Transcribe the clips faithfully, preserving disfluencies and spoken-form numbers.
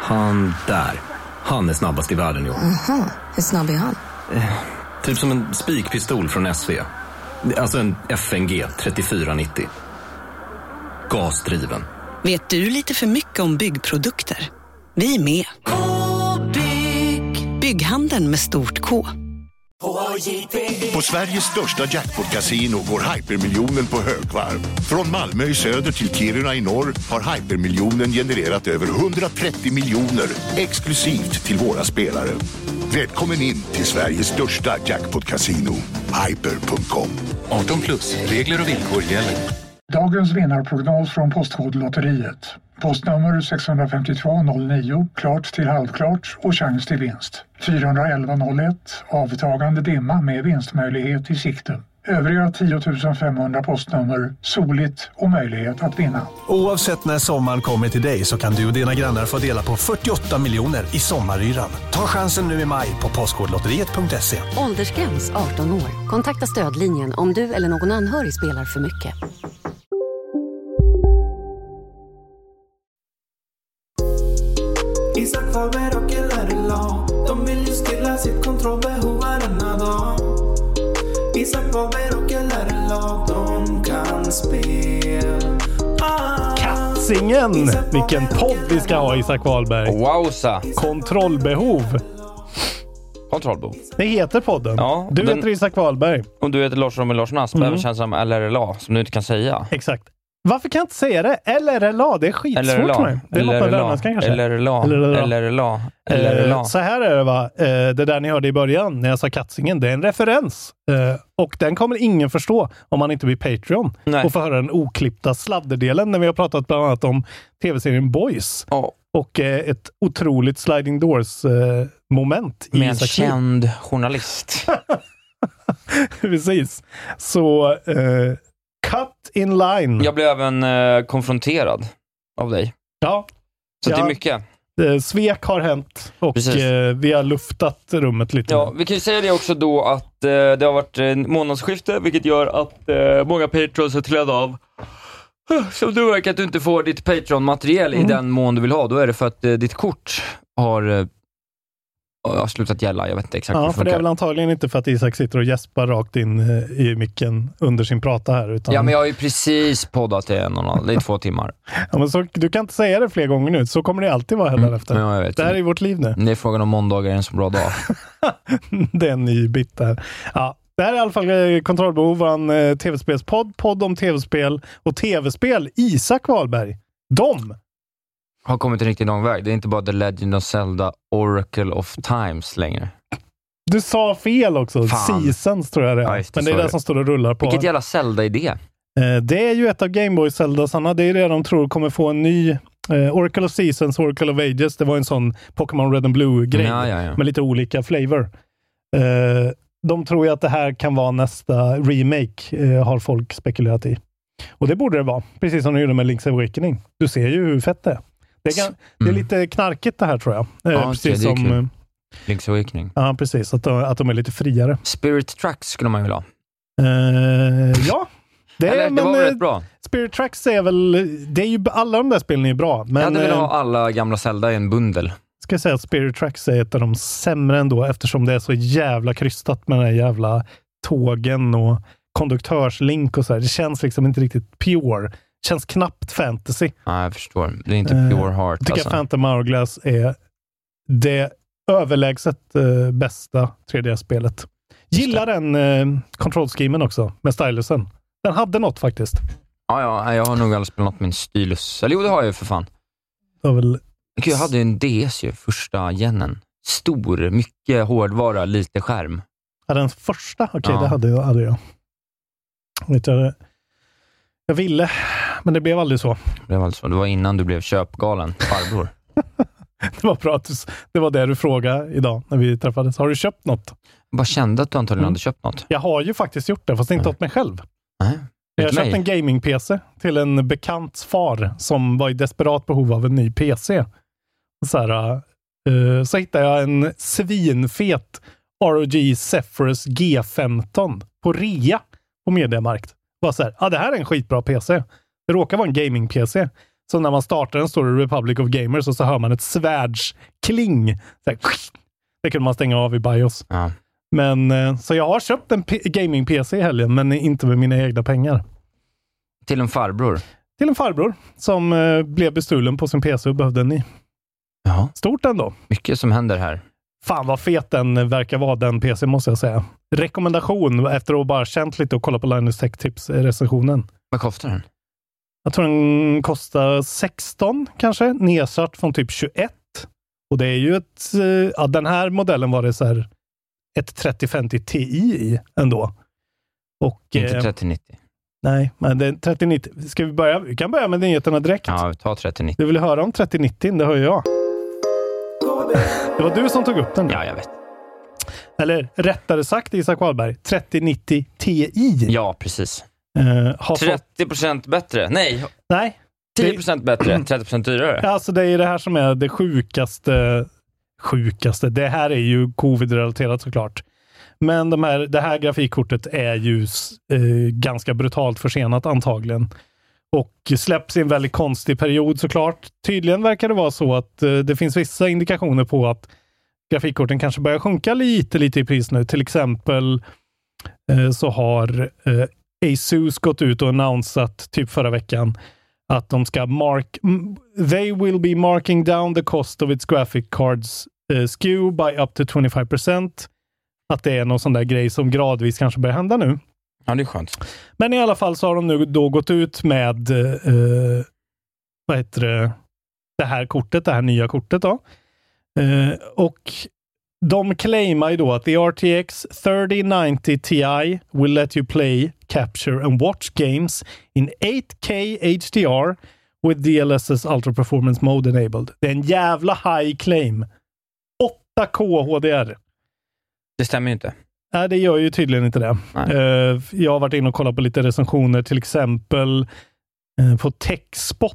Han där. Han är snabbast i världen, jo. Aha, hur snabb är han? Eh, typ som en spikpistol från S V. Alltså en F N G trettiofyra nittio. Gasdriven. Vet du lite för mycket om byggprodukter? Vi är med. K-bygg. Bygghandeln med stort K. På Sveriges största jackpot-casino går hypermiljonen på högvarv. Från Malmö i söder till Kiruna i norr har hypermiljonen genererat över hundratrettio miljoner exklusivt till våra spelare. Välkommen in till Sveriges största jackpot-casino, hyper punkt com. arton plus, regler och villkor gäller. Dagens vinnarprognos från Postkodlotteriet. Postnummer sexhundrafemtiotvå noll nio, klart till halvklart och chans till vinst. fyrahundraelva noll ett, avtagande dimma med vinstmöjlighet i sikte. Övriga tio tusen femhundra postnummer, soligt och möjlighet att vinna. Oavsett när sommaren kommer till dig så kan du och dina grannar få dela på fyrtioåtta miljoner i sommaryran. Ta chansen nu i maj på postkodlotteriet punkt se. Åldersgräns arton år. Kontakta stödlinjen om du eller någon anhörig spelar för mycket. Isak Faber och L R L A, de vill ju stilla sitt kontrollbehov varenda dag. Isak Faber och L R L A, de kan spela. Ah, Katsingen! Vilken podd vi ska ha, Isak Wahlberg. Wowza. Kontrollbehov. Kontrollbehov. Det heter podden. Ja, du den... heter Isak Wahlberg. Och du heter Lars Rommel Larsson Asp, mm. även känns som L R L A, som du inte kan säga. Exakt. Varför kan jag inte säga det? L R L A, det är skitsvårt för mig. Det är något med värmländskan kanske. L R L A, L R L A, L R L A. Så här är det va, det där ni hörde i början när jag sa Katsingen, det är en referens. Och den kommer ingen förstå om man inte blir Patreon. Nej. Och får höra den oklippta sladderdelen när vi har pratat bland annat om tv-serien Boys. Oh. Och ett otroligt sliding doors moment med en känd journalist. Precis. Så... Eh, cut in line. Jag blev även eh, konfronterad av dig. Ja. Så ja, det är mycket. Det, svek har hänt och eh, vi har luftat rummet lite. Ja, vi kan ju säga det också då att eh, det har varit en månadsskifte, vilket gör att eh, många patrons är tillhörda av. Som du verkar att du inte får ditt Patreon-material mm. i den mån du vill ha. Då är det för att eh, ditt kort har... Eh, Jag har slutat gälla, jag vet inte exakt. Ja, för det är väl antagligen inte för att Isak sitter och gäspar rakt in i micken under sin prata här. Utan... Ja, men jag har ju precis poddat i en och en, det är två timmar. Ja, men så, du kan inte säga det fler gånger nu, så kommer det alltid vara heller mm, efter. Ja, jag vet. Det här är vårt liv nu. Det är frågan om måndagar är en så bra dag. Det är en ny bit där. Ja, det här är i alla fall Kontrollbehov, vår eh, tv-spelspodd, podd om tv-spel och tv-spel. Isak Wahlberg, de... har kommit en riktigt lång väg. Det är inte bara The Legend of Zelda Oracle of Times längre. Du sa fel också. Fan. Seasons tror jag det är. Ja, det, men det är det som står och rullar på. Vilket jävla Zelda är det? Eh, det är ju ett av Game Boy Zelda-sarna. Det är det de tror kommer få en ny eh, Oracle of Seasons, Oracle of Ages. Det var en sån Pokémon Red and Blue-grej. Ja, ja, ja. Med lite olika flavor. Eh, de tror ju att det här kan vara nästa remake. Eh, har folk spekulerat i. Och det borde det vara. Precis som de gjorde med Link's Awakening. Du ser ju hur fett det är. Det är, det är lite knarkigt det här tror jag. Ja, eh, precis okay, som Link's Awakening. Ja, precis. Att de, att de är lite friare. Spirit Tracks skulle man ju vilja ha. Uh, ja. Det, är, Eller, det men, var väl rätt bra. Spirit Tracks är väl... Det är ju, alla de där spelen är bra. Men, jag hade velat ha alla gamla Zelda i en bundel. Ska jag säga att Spirit Tracks är ett av de sämre ändå, eftersom det är så jävla krystat med den här jävla tågen och konduktörslink och så här. Det känns liksom inte riktigt pure. Känns knappt fantasy. Ja, jag förstår. Det är inte pure heart. Jag tycker alltså. att Phantom Hourglass är det överlägset uh, bästa tre D-spelet. Gillar den uh, kontrollschemen också, med stylusen. Den hade något faktiskt. Ja, ja, jag har nog aldrig spelat något med en stylus. Eller jo, det har jag ju för fan. Det var väl... Jag hade en D S ju, första genen. Stor, mycket hårdvara, lite skärm. Ja, den första? Okej, okay, ja. det hade jag. Hade jag. Vet jag, jag ville, men det blev aldrig så. Det blev aldrig så. Det var innan du blev köpgalen, farbror. Det var bra att du, det var det du frågade idag när vi träffades. Har du köpt något? Jag bara kände att du antagligen mm. hade köpt något. Jag har ju faktiskt gjort det, fast inte mm. åt mig själv. Nej. Jag har köpt en gaming-P C till en bekants far som var i desperat behov av en ny P C. Så, här, uh, så hittade jag en svinfet R O G Zephyrus G femton på rea på Mediamarkt. Var så här, ja, det här är en skitbra P C. Det råkar vara en gaming-P C. Så när man startar en står det Republic of Gamers och så hör man ett svärdskling. Så här, det kunde man stänga av i BIOS. Ja. Men, så jag har köpt en P- gaming-P C i helgen, men inte med mina egna pengar. Till en farbror? Till en farbror som eh, blev bestulen på sin P C och behövde en ny. Ja. Stort ändå. Mycket som händer här. Fan vad fet den verkar vara, den P C, måste jag säga. Rekommendation efter att bara känt lite och kolla på Linus Tech Tips-recensionen. Vad kostar den? Jag tror den kostar sexton kanske, nedsatt från typ tjugoett. Och det är ju ett, ja, den här modellen var det så här ett trettio femtio Ti i ändå. Och, inte eh, trettio nittio. Nej, men det är trettio nittio. Ska vi börja? Vi kan börja med nyheterna direkt. Ja, ta trettio nittio. Du vill höra om trettio nittio, det hör jag. Det var du som tog upp den. Ja, jag vet. Eller rättare sagt, Isak Wahlberg, trettio nittio Ti. Ja, precis. Uh, har trettio procent fått... bättre. Nej. Nej. tio procent det... bättre, trettio procent dyrare. Alltså det är det här som är det sjukaste. Sjukaste. Det här är ju covid-relaterat såklart. Men de här, det här grafikkortet är ju eh, ganska brutalt försenat antagligen. Och släpps i en väldigt konstig period såklart. Tydligen verkar det vara så att eh, det finns vissa indikationer på att grafikkorten kanske börjar sjunka lite, lite i pris nu. Till exempel eh, så har eh, Asus gått ut och annonsat typ förra veckan att de ska mark they will be marking down the cost of its graphic cards uh, S K U by up to twenty-five percent. Att det är någon sån där grej som gradvis kanske börjar hända nu. Ja, det är skönt. Men i alla fall så har de nu då gått ut med uh, vad heter det, det här kortet, det här nya kortet då. Uh, och de claimar ju då att the R T X thirty ninety Ti will let you play, capture and watch games in eight K H D R with D L S S Ultra Performance Mode enabled. Det är en jävla high claim. åtta K H D R. Det stämmer ju inte. Nej, det gör ju tydligen inte det. Uh, jag har varit inne och kollat på lite recensioner, till exempel uh, på TechSpot.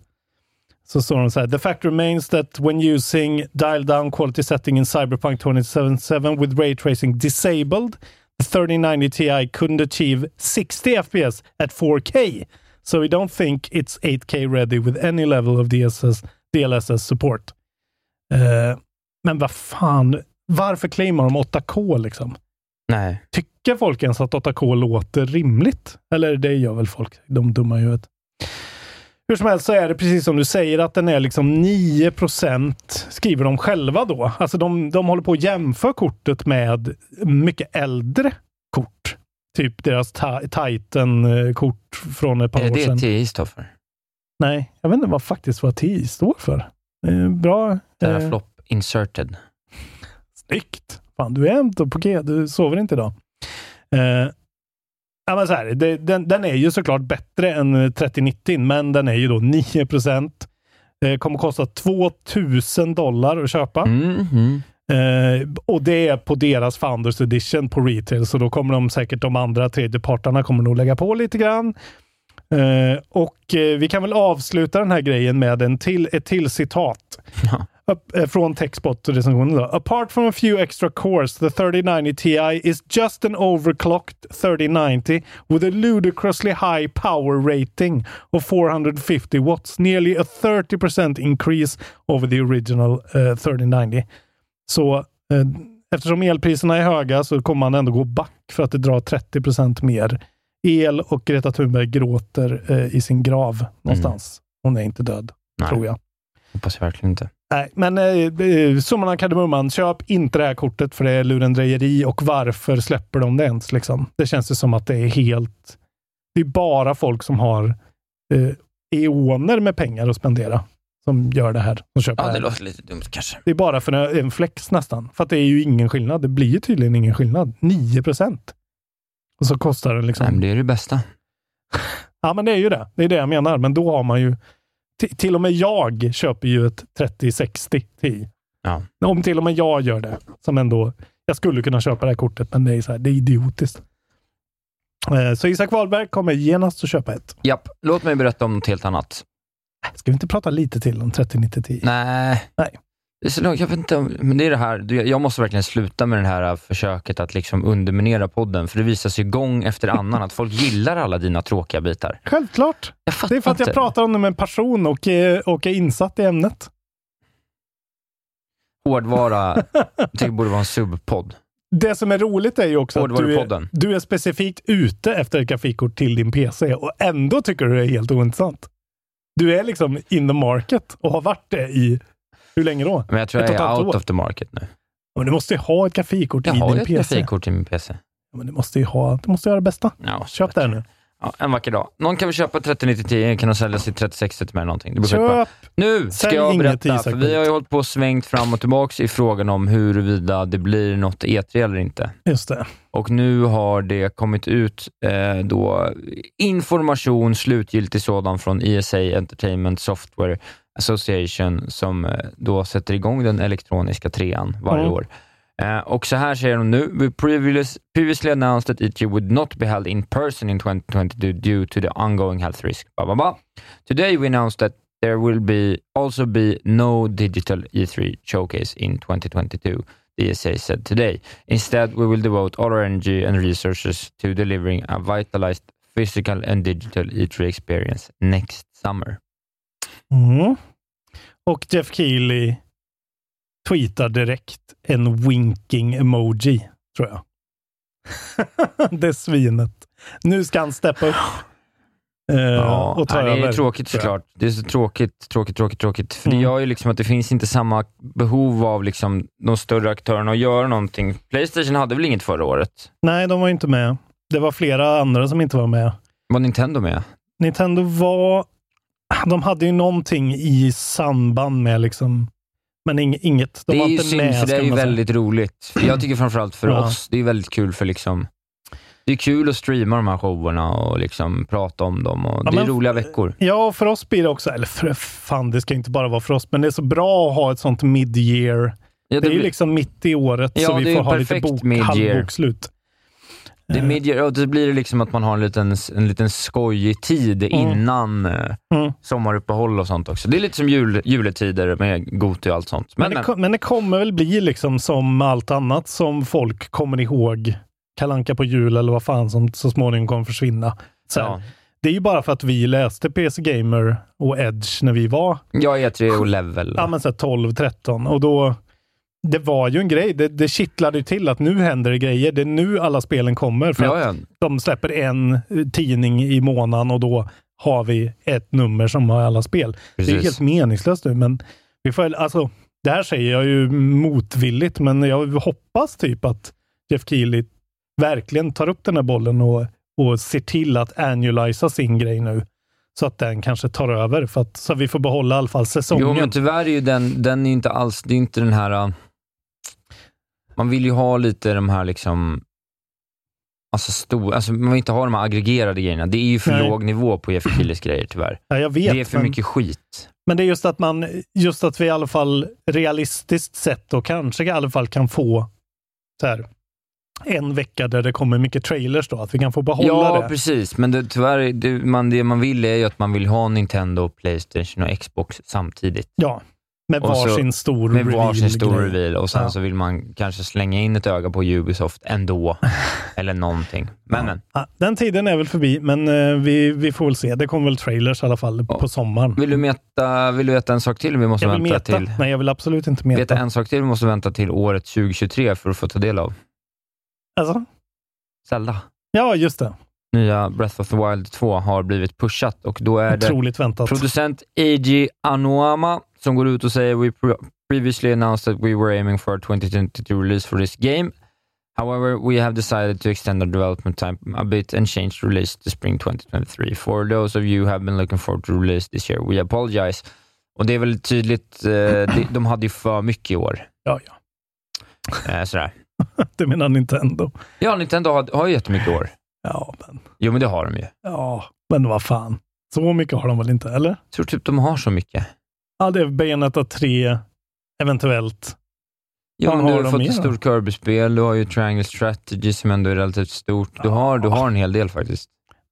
Så står de så här: The fact remains that when using dial down quality setting in Cyberpunk twenty seventy-seven with ray tracing disabled, the thirty ninety Ti couldn't achieve sixty F P S at four K. So we don't think it's eight K ready with any level of D L S S support. Uh, men vad fan, varför claimar de åtta K liksom? Nej. Tycker folk ens att åtta K låter rimligt? Eller det gör väl folk, de dumma ju vet. Hur som helst så är det precis som du säger att den är liksom nio procent skriver de själva då. Alltså de, de håller på att jämföra kortet med mycket äldre kort. Typ deras ta- Titan-kort från ett par år sedan. Är det det T I står för? Nej, jag vet inte vad faktiskt vad T I står för. Eh, bra. Det är eh, flop inserted. Snyggt. Fan, du är inte på G. Du sover inte idag. Eh, Ja, men så här, det, den, den är ju såklart bättre än trettio nittio, men den är ju då nio procent. Eh, kommer kosta tvåtusen dollar att köpa. Mm-hmm. Eh, och det är på deras Founders Edition på retail, så då kommer de säkert, de andra tredjeparterna kommer nog lägga på lite grann. Eh, och eh, vi kan väl avsluta den här grejen med en till, ett till citat. Ja. Up, från TechSpot-recensionen då. Apart from a few extra cores, the thirty ninety Ti is just an overclocked thirty ninety with a ludicrously high power rating of four hundred fifty watts, nearly a thirty percent increase over the original uh, thirty ninety. Så uh, eftersom elpriserna är höga så kommer man ändå gå back för att det drar trettio procent mer el, och Greta Thunberg gråter uh, i sin grav någonstans. Mm. Hon är inte död, Nej. tror jag. Hoppas jag verkligen inte. Nej, men eh, summan av kardemumman, köp inte det här kortet för det är lurendrejeri, och varför släpper de det ens liksom? Det känns ju som att det är helt, det är bara folk som har eh, eoner med pengar att spendera som gör det här. Som köper ja, det, det låter lite dumt kanske. Det är bara för en, en flex nästan, för att det är ju ingen skillnad. Det blir ju tydligen ingen skillnad. nio procent. Och så kostar det liksom. Nej, men det är det bästa. Ja, men det är ju det. Det är det jag menar. Men då har man ju T- till och med jag köper ju ett trettio sextio Ti. Ja. Om till och med jag gör det. Som ändå, jag skulle kunna köpa det här kortet, men det är så här, det är idiotiskt. Eh, så Isak Wahlberg kommer genast att köpa ett. Japp, låt mig berätta om något helt annat. Ska vi inte prata lite till om trettio nittio Ti? Nej. Nej. Det är så långt, jag vet inte, men det är det här, jag måste verkligen sluta med det här försöket att liksom underminera podden, för det visar sig gång efter annan att folk gillar alla dina tråkiga bitar. Självklart. Det är för att jag inte. pratar om det med en person och, och är insatt i ämnet. Hårdvara, jag tycker det borde vara en subpodd. Det som är roligt är ju också att du är, du är specifikt ute efter ett grafikkort till din P C och ändå tycker du det är helt ointressant. Du är liksom in the market och har varit det i hur länge då? Men jag tror ett jag är out år. of the market nu. Men du måste ju ha ett grafikkort jag i din P C. Jag har ett grafikkort i min P C. Ja, men du måste ju ha, du måste göra det bästa. Ja, köp det nu. Ja, en vacker dag. Någon kan väl köpa trettio nittio tio, kan de sälja sitt trettio sextio med någonting. Det blir Köp! Nu ska Sälj jag inget berätta, för vi har ju hållit på och svängt fram och tillbaks i frågan om huruvida det blir något E tre eller inte. Just det. Och nu har det kommit ut eh, då information, slutgiltig sådan från E S A Entertainment Software Association som eh, då sätter igång den elektroniska trean varje mm. år. Uh, och så här säger de nu: We previous, previously announced that E tre would not be held in person in twenty twenty-two due to the ongoing health risk. Blah, blah, blah. Today we announced that there will be also be no digital E three showcase in twenty twenty-two, the E S A said today. Instead, we will devote all our energy and resources to delivering a vitalized physical and digital E three experience next summer. Mm. Och Jeff Keighley tweetar direkt en winking emoji, tror jag. Det är svinet. Nu ska han steppa upp. Uh, ja, och ta nej, det är över, tråkigt såklart. Det är så tråkigt, tråkigt, tråkigt, tråkigt. För mm. det gör ju liksom att det finns inte samma behov av liksom de större aktörerna att göra någonting. PlayStation hade väl inget förra året? Nej, de var inte med. Det var flera andra som inte var med. Var Nintendo med? Nintendo var... De hade ju någonting i samband med liksom... Men inget. De det var är ju inte synd, med, för det är ju väldigt säga. roligt. Jag tycker framförallt för ja. oss, det är väldigt kul för liksom... Det är kul att streama de här showerna och liksom prata om dem. Och ja, det är men, roliga veckor. Ja, för oss blir det också... Eller för fan, det ska inte bara vara för oss. Men det är så bra att ha ett sånt mid-year. Ja, det, det är ju blir... liksom mitt i året ja, så vi får ha lite bok, halvbokslut. Det, är mid-year, och det blir det liksom att man har en liten, en liten skojig tid mm. innan mm. sommaruppehåll och sånt också. Det är lite som jul, juletider med Goti och allt sånt. Men, men, det, men. men det kommer väl bli liksom som allt annat som folk kommer ihåg. Kalle Anka på jul eller vad fan som så småningom kommer försvinna. Så ja. Det är ju bara för att vi läste P C Gamer och Edge när vi var... Ja, E tre och Level. Ja, men så tolv tretton. Och då... Det var ju en grej. Det, det kittlade ju till att nu händer det grejer. Det är nu alla spelen kommer. För ja, ja. att de släpper en tidning i månaden och då har vi ett nummer som har alla spel. Precis. Det är helt meningslöst nu. Men vi får, alltså, det här säger jag ju motvilligt, men jag hoppas typ att Jeff Keighley verkligen tar upp den här bollen och, och ser till att annualisa sin grej nu. Så att den kanske tar över. För att, så vi får behålla i alla fall säsongen. Jo, men tyvärr är ju den, den är inte alls, det är inte den här... Man vill ju ha lite de här liksom... Alltså, stor, alltså man vill inte ha de här aggregerade grejerna. Det är ju för Nej. låg nivå på Jeff Keighley's grejer tyvärr. Ja, jag vet, det är för men, mycket skit. Men det är just att man, just att vi i alla fall realistiskt sett och kanske i alla fall kan få så här, en vecka där det kommer mycket trailers då, att vi kan få behålla ja, det. Ja, precis. Men det, tyvärr, det man, det man vill är ju att man vill ha Nintendo, PlayStation och Xbox samtidigt. Ja, med varsin så, stor med reveal. Med varsin stor grej. reveal. Och sen ja. så vill man kanske slänga in ett öga på Ubisoft ändå. Eller någonting. Men, ja. men. Ja, den tiden är väl förbi, men uh, vi, vi får väl se. Det kommer väl trailers i alla fall ja. på sommaren. Vill du, meta, vill du veta en sak till vi måste jag vill vänta meta. till? Nej, jag vill absolut inte meta. Veta en sak till vi måste vänta till året tjugo tjugotre för att få ta del av. Alltså? Zelda. Ja, just det. Nya Breath of the Wild två har blivit pushat och då är Otroligt det väntat. producent Eiji Aonuma som går ut och säger we pre- previously announced that we were aiming for a twenty twenty-two release for this game. However, we have decided to extend our development time a bit and change the release to spring twenty twenty-three. For those of you who have been looking forward to release this year, we apologize. Och det är väl tydligt, eh, de, de hade ju för mycket i år. Ja, ja. Eh, sådär. Du menar Nintendo? Ja, Nintendo har, har ju jättemycket år. Ja, men... Jo, men det har de ju. Ja, men vad fan. Så mycket har de väl inte, eller? Jag tror typ de har så mycket. Ja, det är Bayonetta tre, eventuellt. Ja, men du har, har fått ett stort Kirby-spel. Du har ju Triangle Strategy som ändå är relativt stort. Du, ja. har, du har en hel del faktiskt.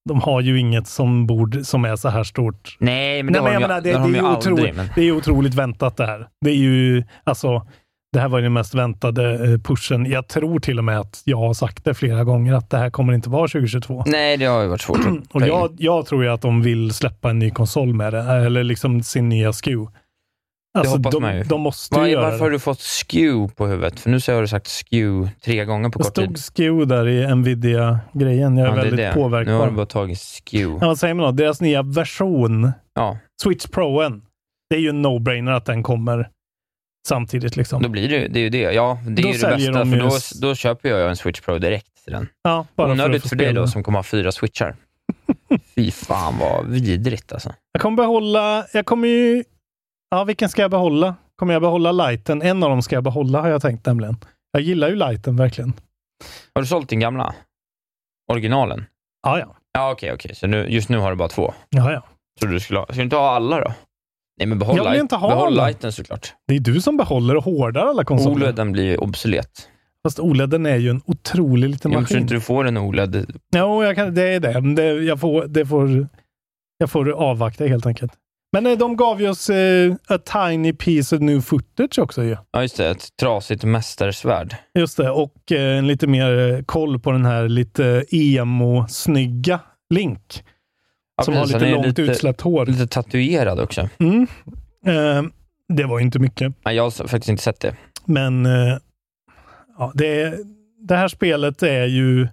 de har ju inget som bord som är så här stort. Nej, men det Nej, har men de, jag ju, menar, det, det, det, har är de ju otroligt, aldrig. Men... det är otroligt väntat det här. Det är ju, alltså, det här var ju den mest väntade pushen. Jag tror till och med att jag har sagt det flera gånger att det här kommer inte vara tjugohundratjugotvå. Nej, det har ju varit svårt. Och jag, jag tror ju att de vill släppa en ny konsol med det, eller liksom sin nya S K U. Alltså, det hoppas de, man ju. de måste Var, ju göra varför det. har du fått S K U på huvudet? För nu så har du sagt S K U tre gånger på det kort tid. stod S K U där i Nvidia-grejen. Jag är Ja, det är väldigt det. påverkbar. Nu har du bara tagit S K U. Ja, vad säger man då? Deras nya version, Ja. Switch Pro-en, det är ju en no-brainer att den kommer samtidigt liksom. Då blir det, det är ju det. Ja, det är Då ju det säljer bästa. de För ju då, s- då köper jag en Switch Pro direkt till den. Ja, bara för, Onödigt att få för dig spela. då som kommer ha fyra switchar. Fy fan vad vidrigt alltså. Jag kommer behålla, jag kommer ju, ja vilken ska jag behålla? Kommer jag behålla Lighten? En av dem ska jag behålla har jag tänkt nämligen. Jag gillar ju Lighten verkligen. Har du sålt din gamla? Originalen? Ja, ja. Ja, okej, okej. Så nu, just nu har du bara två. Ja, ja. Så du skulle ha, ska du inte ha alla då? Nej, men behåll, Jag vill light, inte ha behåll alla. lighten såklart. Det är du som behåller och hårdar alla konsoler. O L E D blir ju obsolet. Fast O L E D är ju en otrolig liten Jag tror maskin. inte du får en O L E D. Ja, jag kan, det är det. Men det, jag, får, det får, jag får avvakta helt enkelt. Men eh, de gav ju oss eh, a tiny piece of new footage också ju. Ja, just det. Ett trasigt mästersvärd. Just det, och eh, en lite mer eh, koll på den här lite emo-snygga Link. Ja, som precis, har han lite är långt lite- utsläppt hår. Lite tatuerad också. Mm. Eh, det var ju inte mycket. Nej, jag har faktiskt inte sett det. Men eh, ja, det, det här spelet är ju...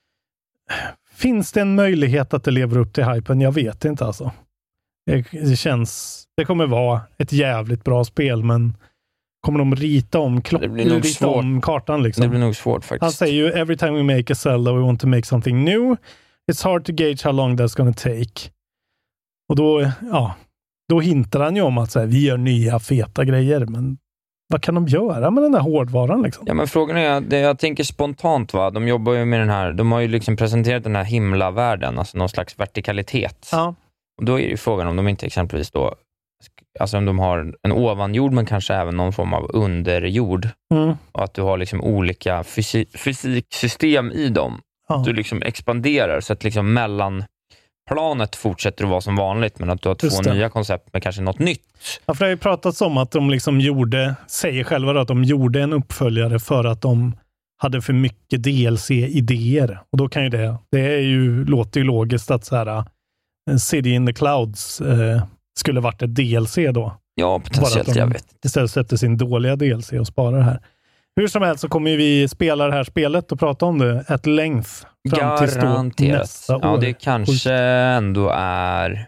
Finns det en möjlighet att det lever upp till hypen? Jag vet inte alltså. Det, det känns... Det kommer vara ett jävligt bra spel, men kommer de rita om, klock, Det blir nog rita svårt. om kartan liksom? Det blir nog svårt faktiskt. Han säger ju, every time we make a Zelda we want to make something new. It's hard to gauge how long that's gonna take. Och då, ja, då hintar han ju om att så här, vi gör nya feta grejer, men vad kan de göra med den där hårdvaran liksom? Ja, men frågan är, det jag tänker spontant va, de jobbar ju med den här, de har ju liksom presenterat den här himlavärlden, alltså någon slags vertikalitet. Ja. Och då är det frågan om de inte exempelvis då, alltså om de har en ovanjord men kanske även någon form av underjord. Mm. Och att du har liksom olika fysi- fysiksystem i dem. Ja. Du liksom expanderar så att liksom mellan planet fortsätter att vara som vanligt, men att du har två Just det. nya koncept med kanske något nytt. Ja, för det har ju pratats om att de liksom gjorde, säger själva då, att de gjorde en uppföljare för att de hade för mycket D L C-idéer. Och då kan ju det, det är ju, låter ju logiskt att så här, en City in the Clouds eh, skulle varit ett D L C då. Ja, Bara att potentiellt, de jag vet. istället sätter sin dåliga D L C och sparar det här. Hur som helst så kommer ju vi spela det här spelet och prata om det at length fram tills då Garanterat. nästa Ja, år. det kanske ändå är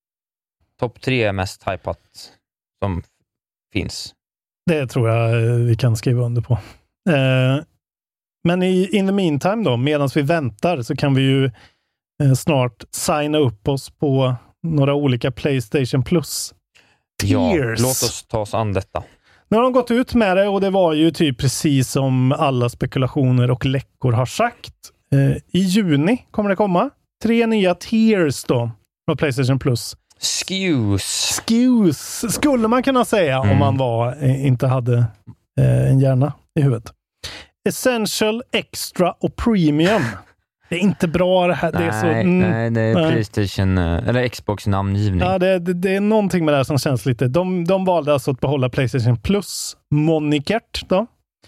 topp tre mest hypat som finns. Det tror jag eh, vi kan skriva under på. Eh, men i in the meantime då, medan vi väntar så kan vi ju eh, snart signa upp oss på några olika PlayStation Plus Ja, tiers. låt oss ta oss an detta. Nu har de gått ut med det och det var ju typ precis som alla spekulationer och läckor har sagt. Eh, I juni kommer det komma tre nya tiers då på PlayStation Plus. Skews. Skews skulle man kunna säga Mm. om man var, eh, inte hade eh, en hjärna i huvudet. Essential, Extra och Premium. Det är inte bra det här. Det är Nej, så, mm, nej, det är nej. PlayStation, eh, eller Xbox namngivning. Ja, det, det, det är någonting med det här som känns lite... De, de valde alltså att behålla PlayStation Plus-monikert då.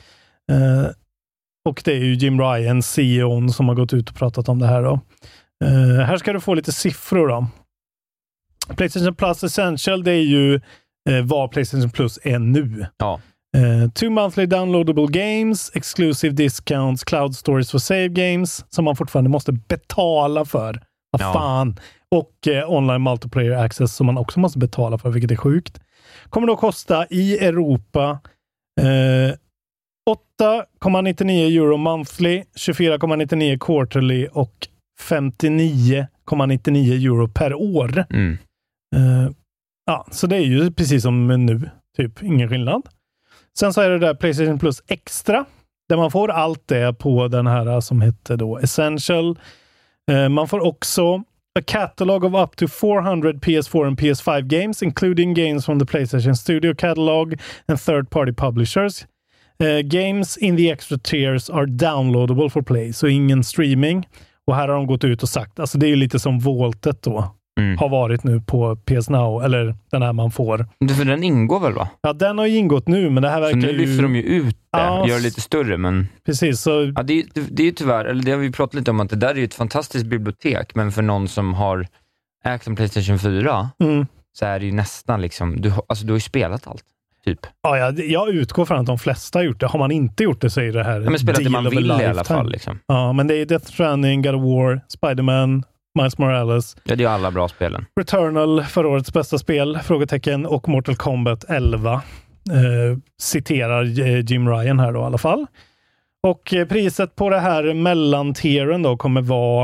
Eh, och det är ju Jim Ryan, C E O:n, som har gått ut och pratat om det här då. Eh, här ska du få lite siffror då. PlayStation Plus Essential, det är ju eh, vad PlayStation Plus är nu. Ja. Uh, two monthly downloadable games, exclusive discounts, cloud stories for save games, som man fortfarande måste betala för. Vad Ja. fan. Och uh, online multiplayer access som man också måste betala för, vilket är sjukt. Kommer då kosta i Europa uh, åtta komma nittionio euro monthly, tjugofyra komma nittionio quarterly och femtionio komma nittionio euro per år. Mm. Uh, ja, så det är ju precis som nu. Typ ingen skillnad. Sen så är det där PlayStation Plus Extra, där man får allt det på den här som heter då Essential. Uh, man får också a catalog of up to four hundred P S four and P S five games, including games from the PlayStation Studio catalog and third-party publishers. Uh, games in the extra tiers are downloadable for play, så ingen streaming. Och här har de gått ut och sagt, alltså det är ju lite som Vaultet då. Mm. Har varit nu på P S Now, eller den här man får. För den ingår väl va? Ja, den har ju ingått nu, men det här verkar så nu ju... lyfter de ju ut det, ja, gör det lite större, men... Precis, så... Ja, det, det, det är ju tyvärr, eller det har vi pratat lite om, att det där är ju ett fantastiskt bibliotek, men för någon som har ägt en PlayStation fyra, mm. så är det ju nästan liksom, du, alltså du har ju spelat allt, typ. Ja, jag, jag utgår från att de flesta har gjort det. Har man inte gjort det så är det här... Ja, men spelat det man vill i alla fall, liksom. Ja, men det är Death Stranding, God of War, Spider-Man, Miles Morales. Ja, det är ju alla bra spelen. Returnal, förra årets bästa spel, frågetecken, och Mortal Kombat elva. Eh, citerar Jim Ryan här då i alla fall. Och eh, priset på det här mellantieren då kommer vara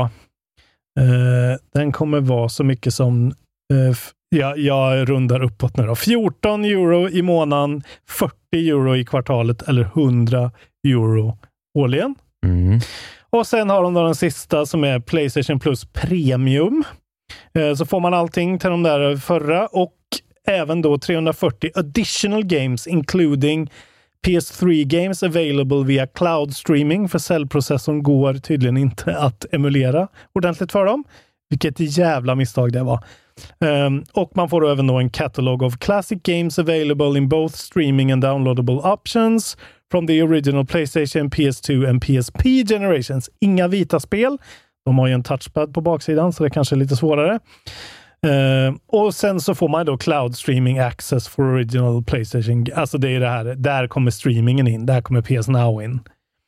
eh, den kommer vara så mycket som eh, f- ja, jag rundar uppåt nu då. fjorton euro i månaden, fyrtio euro i kvartalet eller hundra euro årligen. Mm. Och sen har de då den sista som är PlayStation Plus Premium. Eh, så får man allting till de där förra och även då trehundrafyrtio additional games including P S tre games available via cloud streaming, för cellprocessorn går tydligen inte att emulera ordentligt för dem. Vilket jävla misstag det var. Um, och man får då även då en catalog of classic games available in both streaming and downloadable options from the original PlayStation, P S två and P S P generations. Inga vita spel. De har ju en touchpad på baksidan så det kanske är lite svårare. Uh, och sen så får man då cloud streaming access for original PlayStation. Alltså det är det här, där kommer streamingen in. Där kommer P S Now in.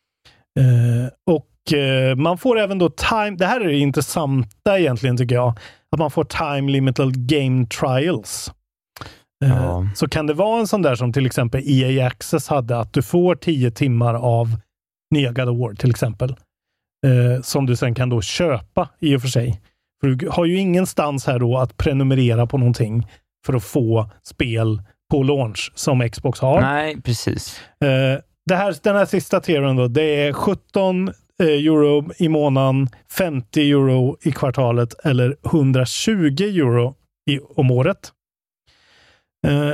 Uh, och uh, man får även då time, det här är det intressanta egentligen tycker jag, att man får time limited game trials. Uh, ja. Så kan det vara en sån där som till exempel E A Access hade, att du får tio timmar av nya God of War till exempel. Uh, som du sen kan då köpa i och för sig. För du har ju ingenstans här då att prenumerera på någonting för att få spel på launch som Xbox har. Nej, precis. Uh, det här, den här sista tieren då, det är sjutton euro i månaden, femtio euro i kvartalet eller hundratjugo euro i, om året. Uh,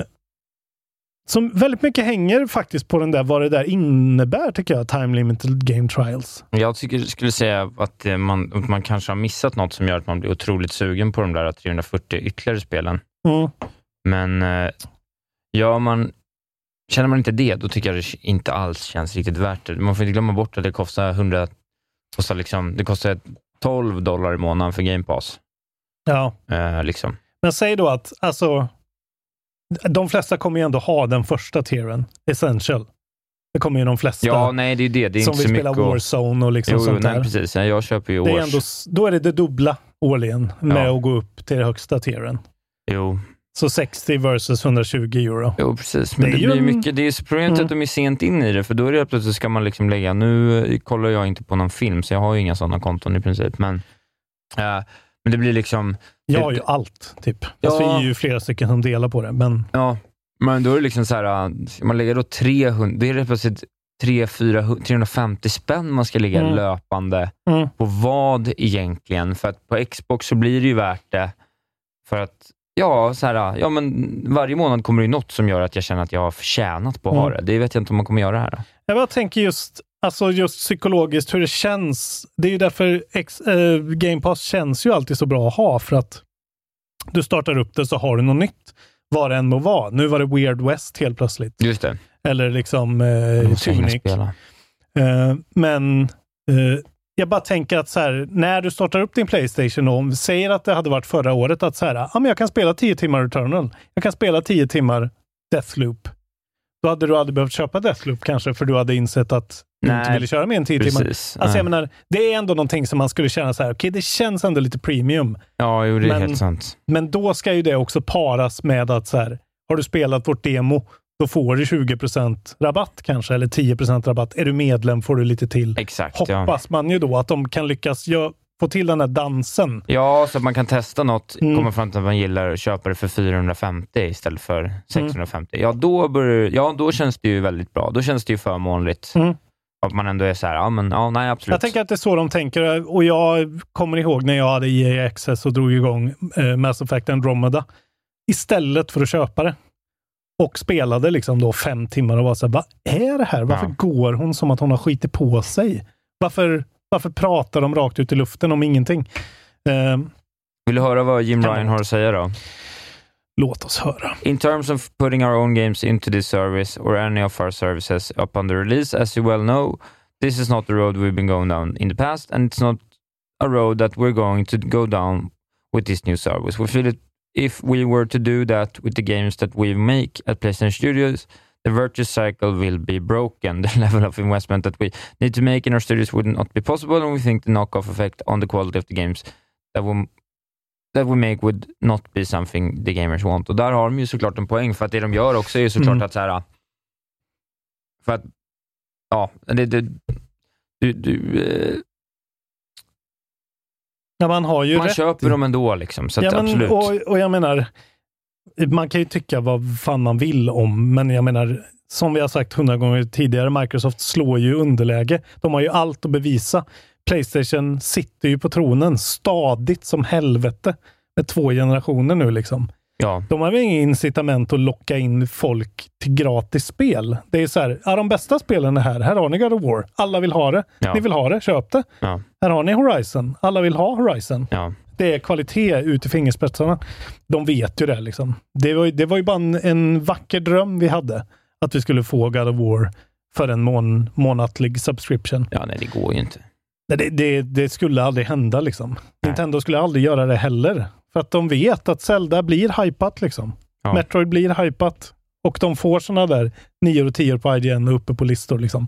som väldigt mycket hänger faktiskt på den där, vad det där innebär tycker jag, time limited game trials. Jag tycker, skulle säga att man, att man kanske har missat något som gör att man blir otroligt sugen på de där trehundrafyrtio ytterligare spelen. Mm. Men uh, ja, man känner man inte det, då tycker jag det inte alls känns riktigt värt det. Man får inte glömma bort att det kostar hundra, kostar liksom, det kostar tolv dollar i månaden för Game Pass. Ja. Uh, liksom. Men säg då att, alltså, de flesta kommer ju ändå ha den första tieren, Essential. Det kommer ju de flesta. Ja, nej, det är det. Det är som inte vill så spela mycket Warzone och liksom jo, sånt nej, där. precis. Ja, jag köper ju det är års. ändå, då är det det dubbla årligen med Ja. att gå upp till den högsta tieren. Jo. Så sextio versus hundratjugo euro. Jo, precis. Men det, det, är blir en... mycket, det är så problemet mm. att de är sent in i det, för då är det plötsligt ska man liksom lägga, nu kollar jag inte på någon film, så jag har ju inga sådana konton i princip, men äh, men det blir liksom... Jag har ju allt, typ. Ja. Alltså, det är ju flera stycken som delar på det, men... Ja, men då är det liksom så här, man lägger då trehundra, det är det plötsligt tre fyra trehundrafemtio spänn man ska lägga mm. löpande mm. på vad egentligen, för att på Xbox så blir det ju värt det, för att ja, så här, ja men varje månad kommer det ju något som gör att jag känner att jag har förtjänat på att mm. ha det. Det vet jag inte om man kommer göra här. Jag bara tänker just, alltså just psykologiskt hur det känns. Det är ju därför X, äh, Game Pass känns ju alltid så bra att ha, för att du startar upp det så har du något nytt. Vad det än må vara. Nu var det Weird West helt plötsligt. Just det. Eller liksom eh, Tunic. Eh, men eh, jag bara tänker att så här, när du startar upp din PlayStation och säger att det hade varit förra året att så här, ja men jag kan spela tio timmar Returnal. Jag kan spela tio timmar Deathloop. Då hade du aldrig behövt köpa Deathloop kanske, för du hade insett att du nej, inte ville köra mer än tio timmar. Alltså nej. Jag menar, det är ändå någonting som man skulle känna så här, okej, okay, det känns ändå lite premium. Ja, jo, det är men, helt sant. Men då ska ju det också paras med att så här, har du spelat vårt demo, då får du tjugo procent rabatt kanske, eller tio procent rabatt. Är du medlem får du lite till. Exakt, hoppas ja. man ju då att de kan lyckas gö- få till den här dansen. Ja, så att man kan testa något, mm. komma fram till att man gillar och köpa det för fyrahundrafemtio istället för sexhundrafemtio. Mm. Ja, då börjar, ja, då känns det ju väldigt bra. Då känns det ju förmånligt. Mm. Att man ändå är så här, ja men, ja, nej absolut. Jag tänker att det är så de tänker, och jag kommer ihåg när jag hade E A Access och drog igång eh, Mass Effect Andromeda istället för att köpa det. Och spelade liksom då fem timmar och var så här, vad är det här? Varför ja. går hon som att hon har skitit på sig? Varför, Varför pratar de rakt ut i luften om ingenting? Eh, Vill du höra vad Jim Ryan har att säga då? Låt oss höra. In terms of putting our own games into this service or any of our services upon the release, as you well know, this is not the road we've been going down in the past, and it's not a road that we're going to go down with this new service. We feel that if we were to do that with the games that we make at PlayStation Studios, the virtuous cycle will be broken. The level of investment that we need to make in our studios would not be possible, and we think the knock-off effect on the quality of the games that we, that we make would not be something the gamers want. Och där har de ju såklart en poäng, för att det de gör också är såklart mm. att så här, för att ja, det, det du, du eh, ja, man har ju man rätt. köper dem ändå liksom, så att ja, men, absolut. Och, och jag menar, man kan ju tycka vad fan man vill om, men jag menar, som vi har sagt hundra gånger tidigare, Microsoft slår ju underläge. De har ju allt att bevisa. PlayStation sitter ju på tronen stadigt som helvete med två generationer nu liksom. Ja. De har ju ingen incitament att locka in folk till gratis spel. Det är så här, ja, de bästa spelen är här. Här har ni God of War. Alla vill ha det. Ja. Ni vill ha det, köp det. Ja. Här har ni Horizon. Alla vill ha Horizon. Ja. Det är kvalitet ut i fingerspetsarna. De vet ju det liksom. Det var, det var ju bara en, en vacker dröm vi hade. Att vi skulle få God of War för en mån, månatlig subscription. Ja, nej, det går ju inte. Nej, det, det, det skulle aldrig hända liksom. Nej. Nintendo skulle aldrig göra det heller. För att de vet att Zelda blir hypat liksom. Ja. Metroid blir hypat. Och de får såna där nio och tio på I G N och uppe på listor liksom.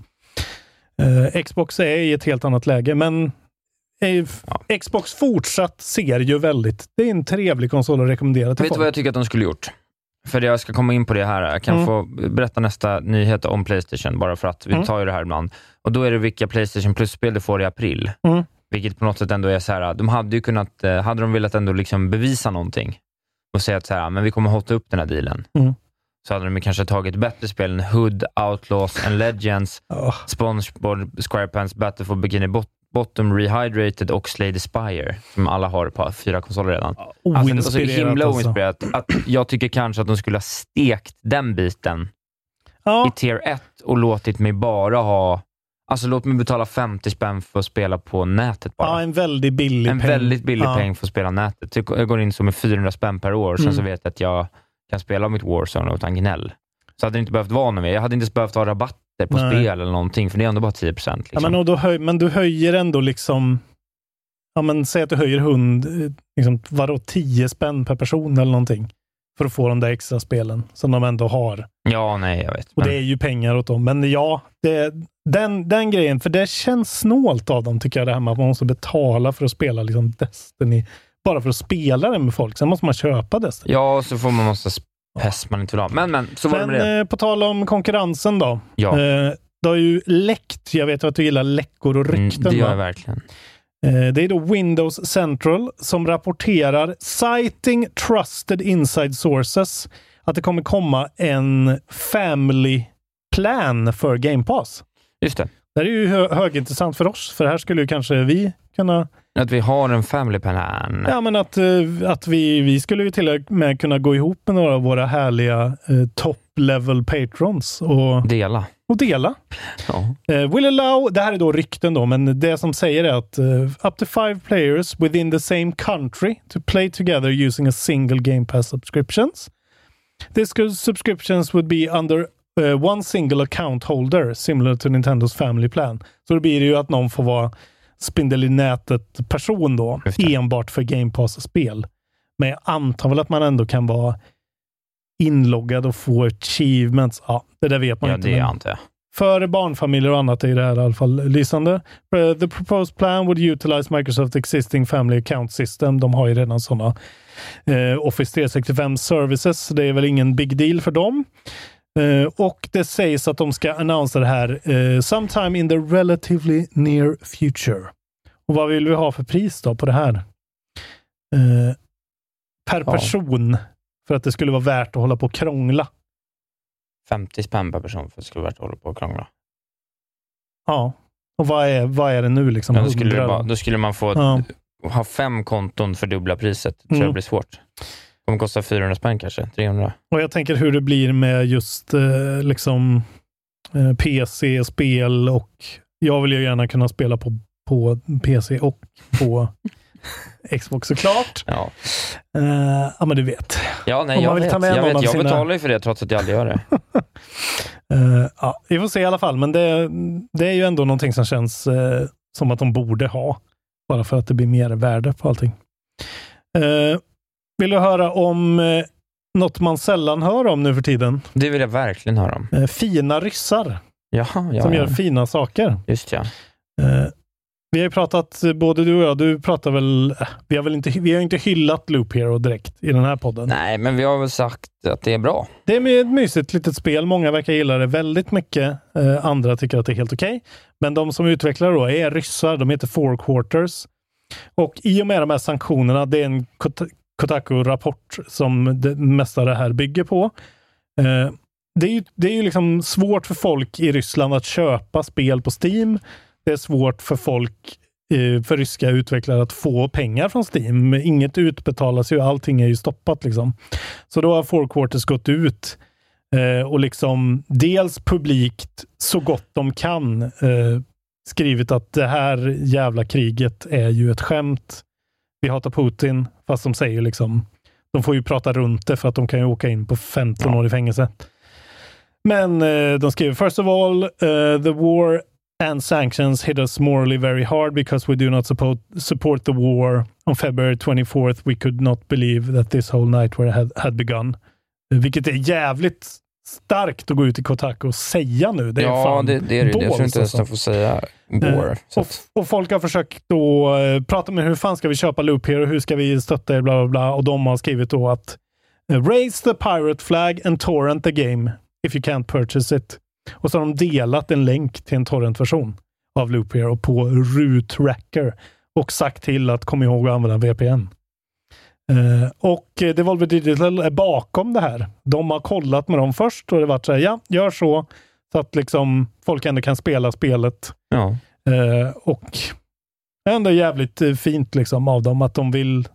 Uh, Xbox är i ett helt annat läge. Men uh, ja. Xbox fortsatt ser ju väldigt... Det är en trevlig konsol att rekommendera till Vet folk. du vad jag tycker att de skulle gjort? För jag ska komma in på det här. Jag kan mm. få berätta nästa nyhet om PlayStation. Bara för att vi mm. tar ju det här ibland. Och då är det vilka PlayStation Plus-spel du får i april. Mm. Vilket på något sätt ändå är så här, de hade ju kunnat, hade de velat ändå liksom bevisa någonting och säga att så här, men vi kommer hålla upp den här dealen. Mm. Så hade de kanske tagit bättre spel än Hood, Outlaws and Legends, oh. SpongeBob SquarePants, Battle for Bikini Bot- Bottom, Rehydrated och Slay the Spire, som alla har på fyra konsoler redan. Oh, alltså, det var så himla alltså. oinspirerat att jag tycker kanske att de skulle ha stekt den biten oh. i tier ett och låtit mig bara ha. Alltså låt mig betala femtio spänn för att spela på nätet bara. Ja, en väldigt billig en peng. En väldigt billig ja. peng för att spela nätet. Jag går in som med fyrahundra spänn per år. Sen mm. så vet jag att jag kan spela mitt Warzone utan gnäll. Så hade det inte behövt vara något mer. Jag hade inte behövt ha rabatter på Nej. spel eller någonting. För det är ändå bara tio procent. Liksom. Ja, men, och då höj, men du höjer ändå liksom... Ja, men säg att du höjer hund... Liksom, vadå, tio spänn per person eller någonting. För att få de där extra spelen som de ändå har. Ja, nej, jag vet. Och men... det är ju pengar åt dem. Men ja, det, den, den grejen, för det känns snålt av dem tycker jag, det här med att man måste betala för att spela liksom Destiny. Bara för att spela det med folk. Sen måste man köpa Destiny. Ja, så får man massa pest man inte vill ha. Men, men, så var men, det med det. Eh, på tal om konkurrensen då. Ja. Eh, det har ju läckt. Jag vet att du gillar läckor och rykten. Mm, det gör jag va? verkligen. Det är då Windows Central som rapporterar, citing trusted inside sources, att det kommer komma en family plan för Game Pass. Just det. Det är ju hö- högintressant för oss, för här skulle ju kanske vi kunna... Att vi har en family plan. Ja, men att, att vi, vi skulle ju till och med kunna gå ihop med några av våra härliga eh, top-level patrons och dela. Och dela. Ja. Uh, will allow, det här är då rykten då, men det som säger är att uh, up to five players within the same country to play together using a single Game Pass subscriptions. These subscriptions would be under uh, one single account holder, similar to Nintendos family plan. Så då blir det ju att någon får vara spindel i nätet person då, enbart för Game Pass-spel. Men jag antar väl att man ändå kan vara inloggad och få achievements. Ja, det där vet man ja, inte. Det antar jag. För barnfamiljer och annat är det här i alla fall lysande. The proposed plan would utilize Microsoft existing family account system. De har ju redan sådana eh, Office tre sextiofem services. Det är väl ingen big deal för dem. Eh, och det sägs att de ska annonsera det här eh, sometime in the relatively near future. Och vad vill vi ha för pris då på det här? Eh, per ja. person. För att det skulle vara värt att hålla på och krångla. femtio spänn per person för att det skulle vara värt att hålla på och krångla. Ja. Och vad är, vad är det nu liksom? Ja, då, skulle det bara, då skulle man få ja. ha fem konton för dubbla priset. Det tror mm. jag blir svårt. Det kommer kosta fyrahundra spänn kanske. trehundra. Och jag tänker hur det blir med just eh, liksom eh, P C-spel och jag vill ju gärna kunna spela på på P C och på Xbox såklart. Ja. Uh, ja, men du vet. Ja, nej, jag vet. Jag, vet, jag sina... betalar ju för det trots att jag aldrig gör det. uh, ja, vi får se i alla fall. Men det, det är ju ändå någonting som känns uh, som att de borde ha. Bara för att det blir mer värde på allting. Uh, vill du höra om uh, något man sällan hör om nu för tiden? Det vill jag verkligen höra om. Uh, fina ryssar. Ja, ja, som ja. gör fina saker. Just ja. Uh, vi har ju pratat, både du och jag, du pratar väl, vi har väl inte, vi har inte hyllat Loop Hero direkt i den här podden. Nej, men vi har väl sagt att det är bra. Det är ett mysigt litet spel, många verkar gilla det väldigt mycket, uh, andra tycker att det är helt okej. Okay. Men de som utvecklar då är ryssar, de heter Four Quarters. Och i och med de här sanktionerna, det är en Kotaku-rapport som det mesta av det här bygger på. Uh, det är ju, det är ju liksom svårt för folk i Ryssland att köpa spel på Steam. Det är svårt för folk, uh, för ryska utvecklare att få pengar från Steam. Inget utbetalas ju, allting är ju stoppat liksom. Så då har Four Quarters gått ut uh, och liksom dels publikt så gott de kan uh, skrivit att det här jävla kriget är ju ett skämt. Vi hatar Putin, fast de säger liksom, de får ju prata runt det för att de kan ju åka in på femton ja. år i fängelse. Men eh, de skriver, first of all, uh, the war and sanctions hit us morally very hard because we do not support, support the war. On February twenty-fourth we could not believe that this whole night were had, had begun. Uh, vilket är jävligt starkt att gå ut i Kotaku och säga nu. Det är ja, fan det, det är det. Jag tror inte ens de får säga war. Uh, och, och folk har försökt då uh, prata med hur fan ska vi köpa Loop Hero, hur ska vi stötta er, bla bla bla. Och de har skrivit då att uh, raise the pirate flag and torrent the game if you can't purchase it. Och så har de delat en länk till en torrentversion av Loop Hero på Rootracker och sagt till att kom ihåg att använda V P N. Uh, och uh, Devolver Digital är bakom det här. De har kollat med dem först och det var så här, ja, gör så så att liksom folk ändå kan spela spelet. Ja. Uh, och det är ändå jävligt uh, fint liksom av dem att de vill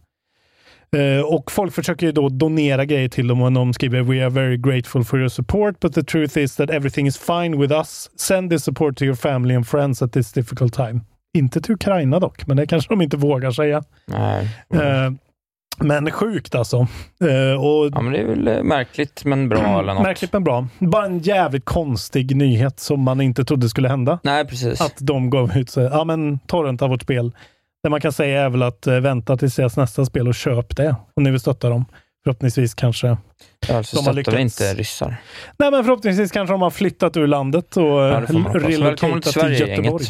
uh, och folk försöker ju då donera grejer till dem och de skriver we are very grateful for your support but the truth is that everything is fine with us. Send this support to your family and friends at this difficult time. Inte till Ukraina dock, men det kanske de inte vågar säga. Nej. Mm. Uh, Men sjukt alltså. Uh, och ja, men det är väl märkligt men bra eller något. Märkligt men bra. Bara en jävligt konstig nyhet som man inte trodde skulle hända. Nej, precis. Att de gav ut sig, ja men torrent av vårt spel. Det man kan säga är väl att uh, vänta tills deras nästa spel och köp det. Och ni vill stötta dem. Förhoppningsvis kanske ja, alltså de har lyckats. Inte ryssar. Nej, men förhoppningsvis kanske de har flyttat ur landet och ja, relocatat till, till Göteborg.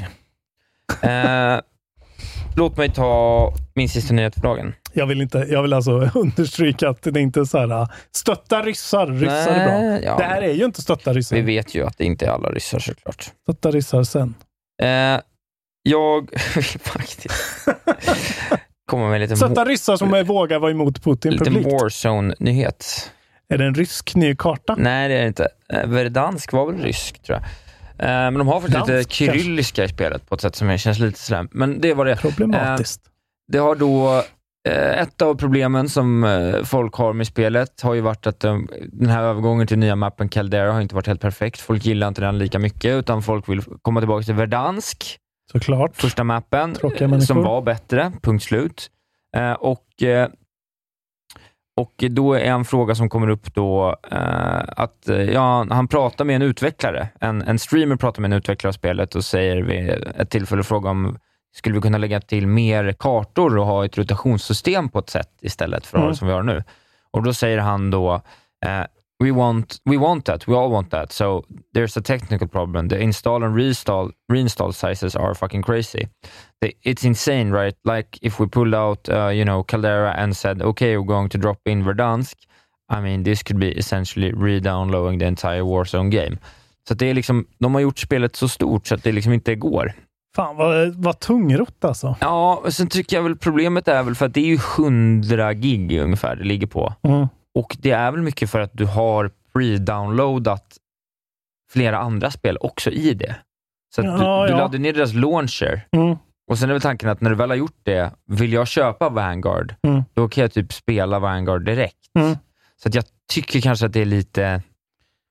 uh, låt mig ta min sista nyhet för dagen. Jag vill inte, jag vill alltså understryka att det inte är så här stötta ryssar, ryssar Nej, är bra. Ja, det här är ju inte stötta ryssar. Vi vet ju att det inte är alla ryssar såklart. Stötta ryssar sen. Eh, jag faktiskt kommer med lite stötta ryssar som är vågar vara emot Putin lite publikt. Warzone-nyhet. Är det en rysk ny karta? Nej, det är det inte. Eh, Verdansk var väl rysk tror jag. Eh, men de har faktiskt lite kyrilliska i spelet på ett sätt som känns lite sådär. Men det var det. Problematiskt. Eh, det har då ett av problemen som folk har med spelet har ju varit att den här övergången till nya mappen Caldera har inte varit helt perfekt. Folk gillar inte den lika mycket utan folk vill komma tillbaka till Verdansk. Såklart. Första mappen som var bättre, punkt slut. Och, och då är en fråga som kommer upp då att ja, han pratar med en utvecklare. En, en streamer pratar med en utvecklare av spelet och säger vid ett tillfälle fråga om skulle vi kunna lägga till mer kartor och ha ett rotationssystem på ett sätt istället för mm. det som vi har nu. Och då säger han då uh, we want we want that, we all want that. So there's a technical problem. The install and reinstall reinstall sizes are fucking crazy. The, it's insane, right? Like if we pulled out uh, you know, Caldera and said okay, we're going to drop in Verdansk. I mean, this could be essentially re-downloading the entire Warzone game. Så det är liksom, de har gjort spelet så stort så att det liksom inte går. Fan, vad, vad tungrott alltså. Ja, och sen tycker jag väl problemet är väl för att det är ju hundra gig ungefär det ligger på. Mm. Och det är väl mycket för att du har pre-downloadat flera andra spel också i det. Så att ja, du, du ja. laddar ner deras launcher. Mm. Och sen är väl tanken att när du väl har gjort det, vill jag köpa Vanguard, mm. då kan jag typ spela Vanguard direkt. Mm. Så att jag tycker kanske att det är lite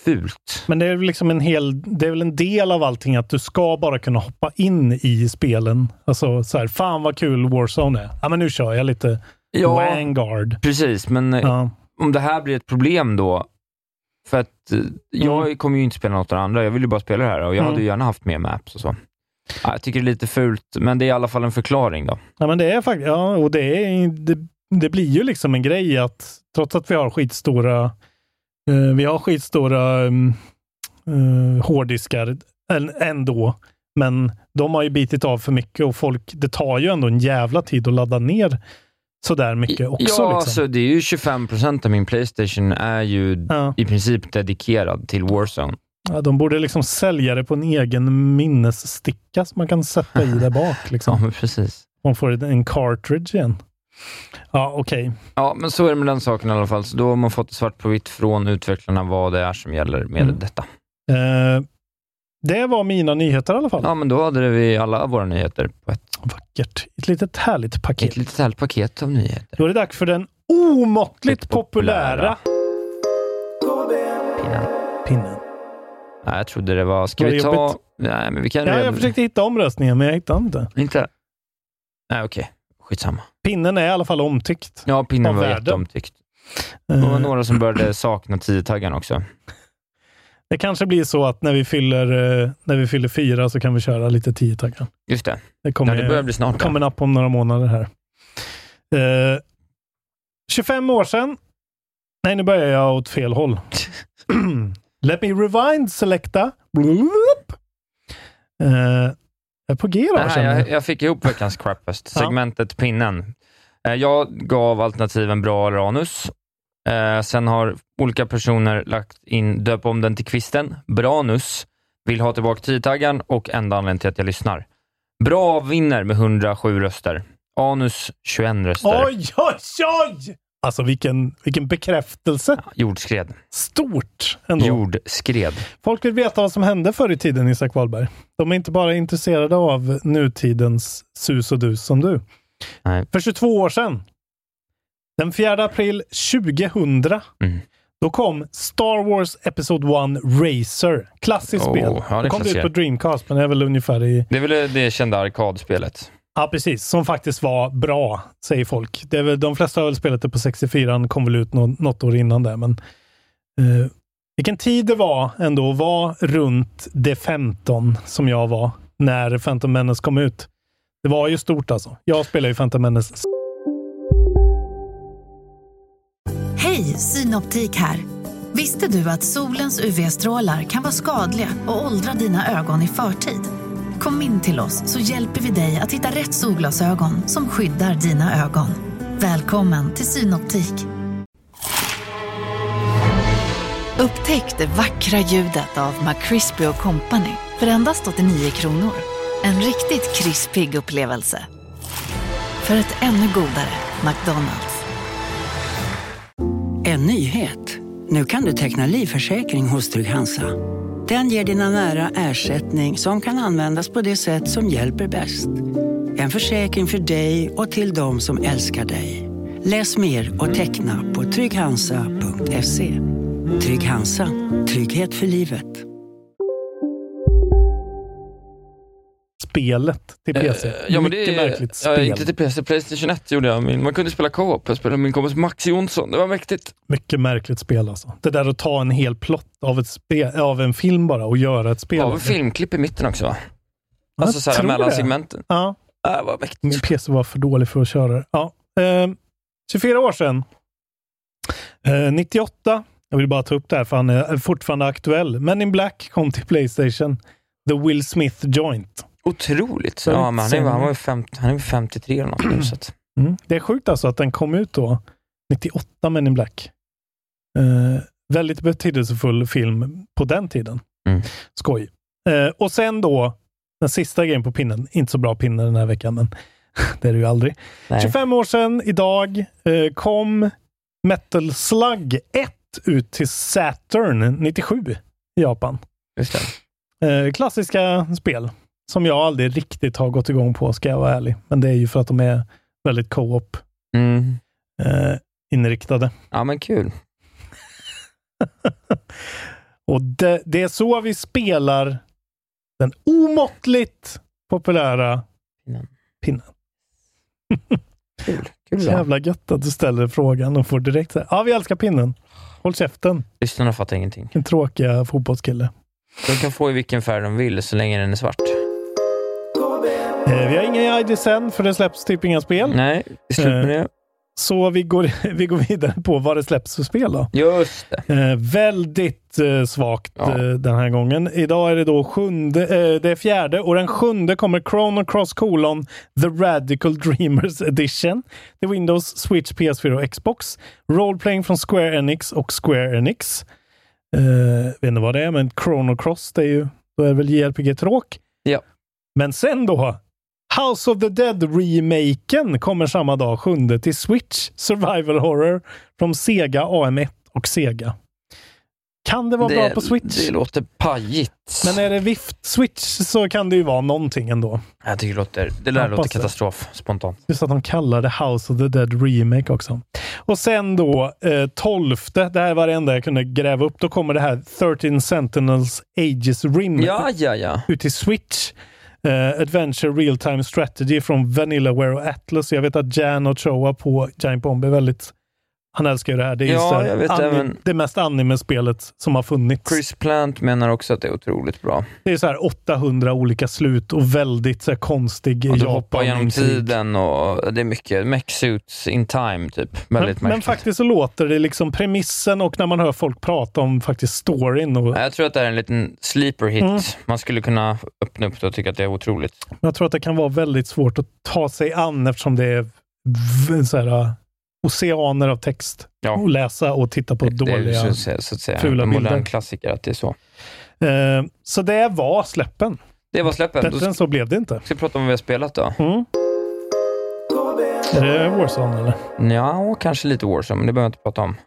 fult. Men det är liksom en hel, det är väl en del av allting att du ska bara kunna hoppa in i spelen. Alltså så här, fan vad kul Warzone är. Ja, men nu kör jag lite ja, Vanguard. Precis, men ja. om det här blir ett problem då, för att jag mm. kommer ju inte spela något av det andra. Jag vill ju bara spela det här och jag mm. hade ju gärna haft mer maps och så. Ja, jag tycker det är lite fult, men det är i alla fall en förklaring då. Ja, men det är faktiskt, ja, och det är det, det blir ju liksom en grej att trots att vi har skitstora uh, vi har skitstora um, uh, hårddiskar ändå, men de har ju bitit av för mycket och folk, det tar ju ändå en jävla tid att ladda ner så där mycket också. Ja, liksom. Alltså det är ju tjugofem procent av min PlayStation är ju ja. i princip dedikerad till Warzone. Ja, de borde liksom sälja det på en egen minnessticka som man kan sätta i där bak. Liksom. Ja, men precis. Man får en cartridge igen. Ja, okej. Okay. Ja, men så är det med den saken i alla fall. Så då har man fått svart på vitt från utvecklarna vad det är som gäller med mm. detta. Eh, det var mina nyheter i alla fall. Ja, men då hade vi alla våra nyheter på ett... Vackert. Ett litet härligt paket. Ett litet härligt paket av nyheter. Då är det dags för den omåttligt populära... Pinnen. Pinnen. Nej, jag trodde det var... Ska var vi ta... Jobbigt? Nej, men vi kan... Ja, redan... jag försökte hitta omröstningen, men jag hittade inte. Inte? Nej, okej. Okay. Skitsamma. Pinnen är i alla fall omtyckt. Ja, pinnen var världen. Jätteomtyckt. Det var uh... några som började sakna tio-taggarna också. Det kanske blir så att när vi fyller när vi fyller fyra så kan vi köra lite tio-taggar. Just det. Det kommer, ja, det börjar bli snart. Det kommer upp om några månader här. Uh, tjugofem år sedan. Nej, nu börjar jag åt fel håll. Let me rewind, selecta. Uh, jag är på G då. Nej, jag, jag fick ihop veckans crapfest. Segmentet ja. Pinnen. Uh, jag gav alternativen bra eller anus. Uh, sen har olika personer lagt in, döp om den till kvisten. Branus vill ha tillbaka tio-taggan och enda anledningen till att jag lyssnar. Bra vinner med hundrasju röster. Anus tjugoett röster. Oj, oj, oj! Alltså vilken, vilken bekräftelse. Ja, jordskred. Stort ändå. Jordskred. Folk vill veta vad som hände förr i tiden, Isak Wahlberg. De är inte bara intresserade av nutidens sus och dus som du. Nej. För tjugotvå år sedan, den fjärde april tjugohundra, mm. då kom Star Wars Episode ett Racer. Klassiskt oh, spel. Ja, det kom ut på Dreamcast, men det är väl ungefär i... Det är väl det kända arkadspelet. Ja, precis. Som faktiskt var bra, säger folk. Det är väl, de flesta har väl spelat det på sextiofyra, kom väl ut något, något år innan det. Men eh, vilken tid det var ändå, var runt det femton som jag var när Phantom Menace kom ut. Det var ju stort alltså. Jag spelar ju Phantom Menace. Hej, Synoptik här. Visste du att solens U V-strålar kan vara skadliga och åldra dina ögon i förtid? Kom in till oss så hjälper vi dig att hitta rätt solglasögon som skyddar dina ögon. Välkommen till Synoptik. Upptäck det vackra ljudet av McCrispy och Company för endast åttionio kronor. En riktigt krispig upplevelse. För ett ännu godare McDonald's. En nyhet. Nu kan du teckna livförsäkring hos Trygg-Hansa. Den ger dina nära ersättning som kan användas på det sätt som hjälper bäst. En försäkring för dig och till de som älskar dig. Läs mer och teckna på trygg hansa punkt se. Trygg-Hansa. Trygghet för livet. Spelet till P C. Uh, ja, men Mycket det är, märkligt spel. Ja, inte till P C. PlayStation ett gjorde jag. Man kunde spela co-op. Jag spelade min kompis Max Jonsson. Det var mäktigt. Mycket märkligt spel alltså. Det där att ta en hel plott av, ett spel, av en film bara och göra ett spel. Ja, och filmklipp i mitten också va? Alltså såhär mellan det. Segmenten. Ja. Det var mäktigt. Min P C var för dålig för att köra det. Ja. Eh, tjugofyra år sedan. Eh, nittioåtta. Jag vill bara ta upp det här för han är fortfarande aktuell. Men in Black kom till PlayStation. The Will Smith Joint. Otroligt. Ja, men han är, han var femtio, han är femtiotre eller något nu, så att. Mm. Det är sjukt alltså att den kom ut då nittioåtta, Men in Black. Eh, väldigt betydelsefull film på den tiden. Mm. Skoj. Eh, och sen då den sista grejen på pinnen. Inte så bra pinne den här veckan, men det är det ju aldrig. Nej. tjugofem år sedan idag eh, kom Metal Slug ett ut till Saturn nittiosju i Japan. Just det. Eh, klassiska spel som jag aldrig riktigt har gått igång på, ska jag vara ärlig. Men det är ju för att de är väldigt co-op mm. eh, inriktade. Ja, men kul. Och det, det är så vi spelar den omåttligt populära pinnen. pinnen. Kul. Kul Jävla gött att du ställer frågan och får direkt säga, ja vi älskar pinnen. Håll käften. Lyssnarna fattar ingenting. En tråkiga fotbollskille. De kan få i vilken färg de vill så länge den är svart. Eh, vi har inga I D sen för det släpps typ inga spel. Nej, det slut med det. Så vi går, vi går vidare på vad det släpps för spel då. Just det. Eh, väldigt eh, svagt ja. eh, den här gången. Idag är det då sjunde, eh, det är fjärde och den sjunde kommer Chrono Cross colon The Radical Dreamers Edition. Det är Windows, Switch, P S fyra och Xbox. Roleplaying från Square Enix och Square Enix. Eh, vet inte vad det är, men Chrono Cross, det är ju, då är det väl J R P G-tråk. Ja. Men sen då House of the Dead-remaken kommer samma dag, sjunde, till Switch. Survival Horror från Sega, A M ett och Sega. Kan det vara det, bra på Switch? Det låter pajigt. Men är det vift Switch så kan det ju vara någonting ändå. Jag tycker det låter, det där låter katastrof, spontant. Just att de kallar det House of the Dead Remake också. Och sen då, eh, tolfte, det här var det enda jag kunde gräva upp, då kommer det här thirteen Sentinels Aegis Rim ja, ja, ja. ut till Switch. Uh, Adventure Real-Time Strategy från Vanillaware och Atlas. Jag vet att Jan och Choa på Giant Bomb är väldigt... Han älskar ju det här. Det är ja, ju jag vet anim- även... det mest anime-spelet som har funnits. Chris Plant menar också att det är otroligt bra. Det är så här åttahundra olika slut och väldigt så här konstig ja, du Japan. hoppar genom tiden och det är mycket mech suits in time typ. Väldigt men, men faktiskt så låter det liksom premissen och när man hör folk prata om faktiskt storyn. Och... Jag tror att det är en liten sleeper hit. Mm. Man skulle kunna öppna upp det och tycka att det är otroligt. Jag tror att det kan vara väldigt svårt att ta sig an eftersom det är v- så här... oceaner av text ja. och läsa och titta på det, dåliga det är så, så att säga, fula en bilder. modern klassiker att det är så. Uh, så det var släppen. Det var släppen. Bättre än så blev det inte. Ska vi prata om vad vi har spelat då? Mm. Är det Warzone eller? Ja, kanske lite Warzone, men det behöver jag inte prata om.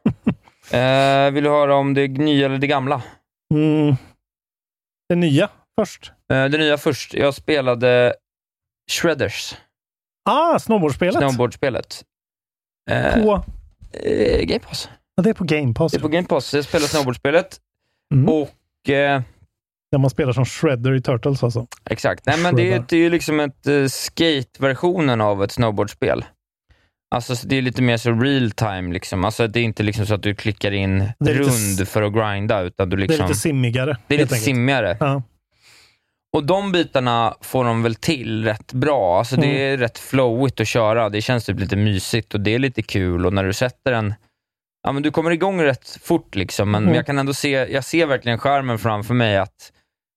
uh, vill du höra om det nya eller det gamla? Mm. Det nya först. Uh, det nya först. Jag spelade Shredders. Ah, snowboardspelet. Snowboardspelet. Uh, på? Uh, Game Pass. Ja, det är på Game Pass. Det är på Game Pass. Jag spelar snowboardspelet. Mm. Och... Uh, Där man spelar som Shredder i Turtles alltså. Exakt. Nej, men det är, det är ju liksom ett uh, skate-versionen av ett snowboardspel. Alltså det är lite mer så real time liksom. Alltså det är inte liksom så att du klickar in rund lite, för att grinda utan du liksom... Det är lite simmigare. Det är lite enkelt. simmigare. Ja. Och de bitarna får de väl till rätt bra. Alltså mm. det är rätt flowigt att köra. Det känns typ lite mysigt och det är lite kul. Och när du sätter en... Ja, men du kommer igång rätt fort liksom. Men mm. jag kan ändå se... Jag ser verkligen skärmen framför mig att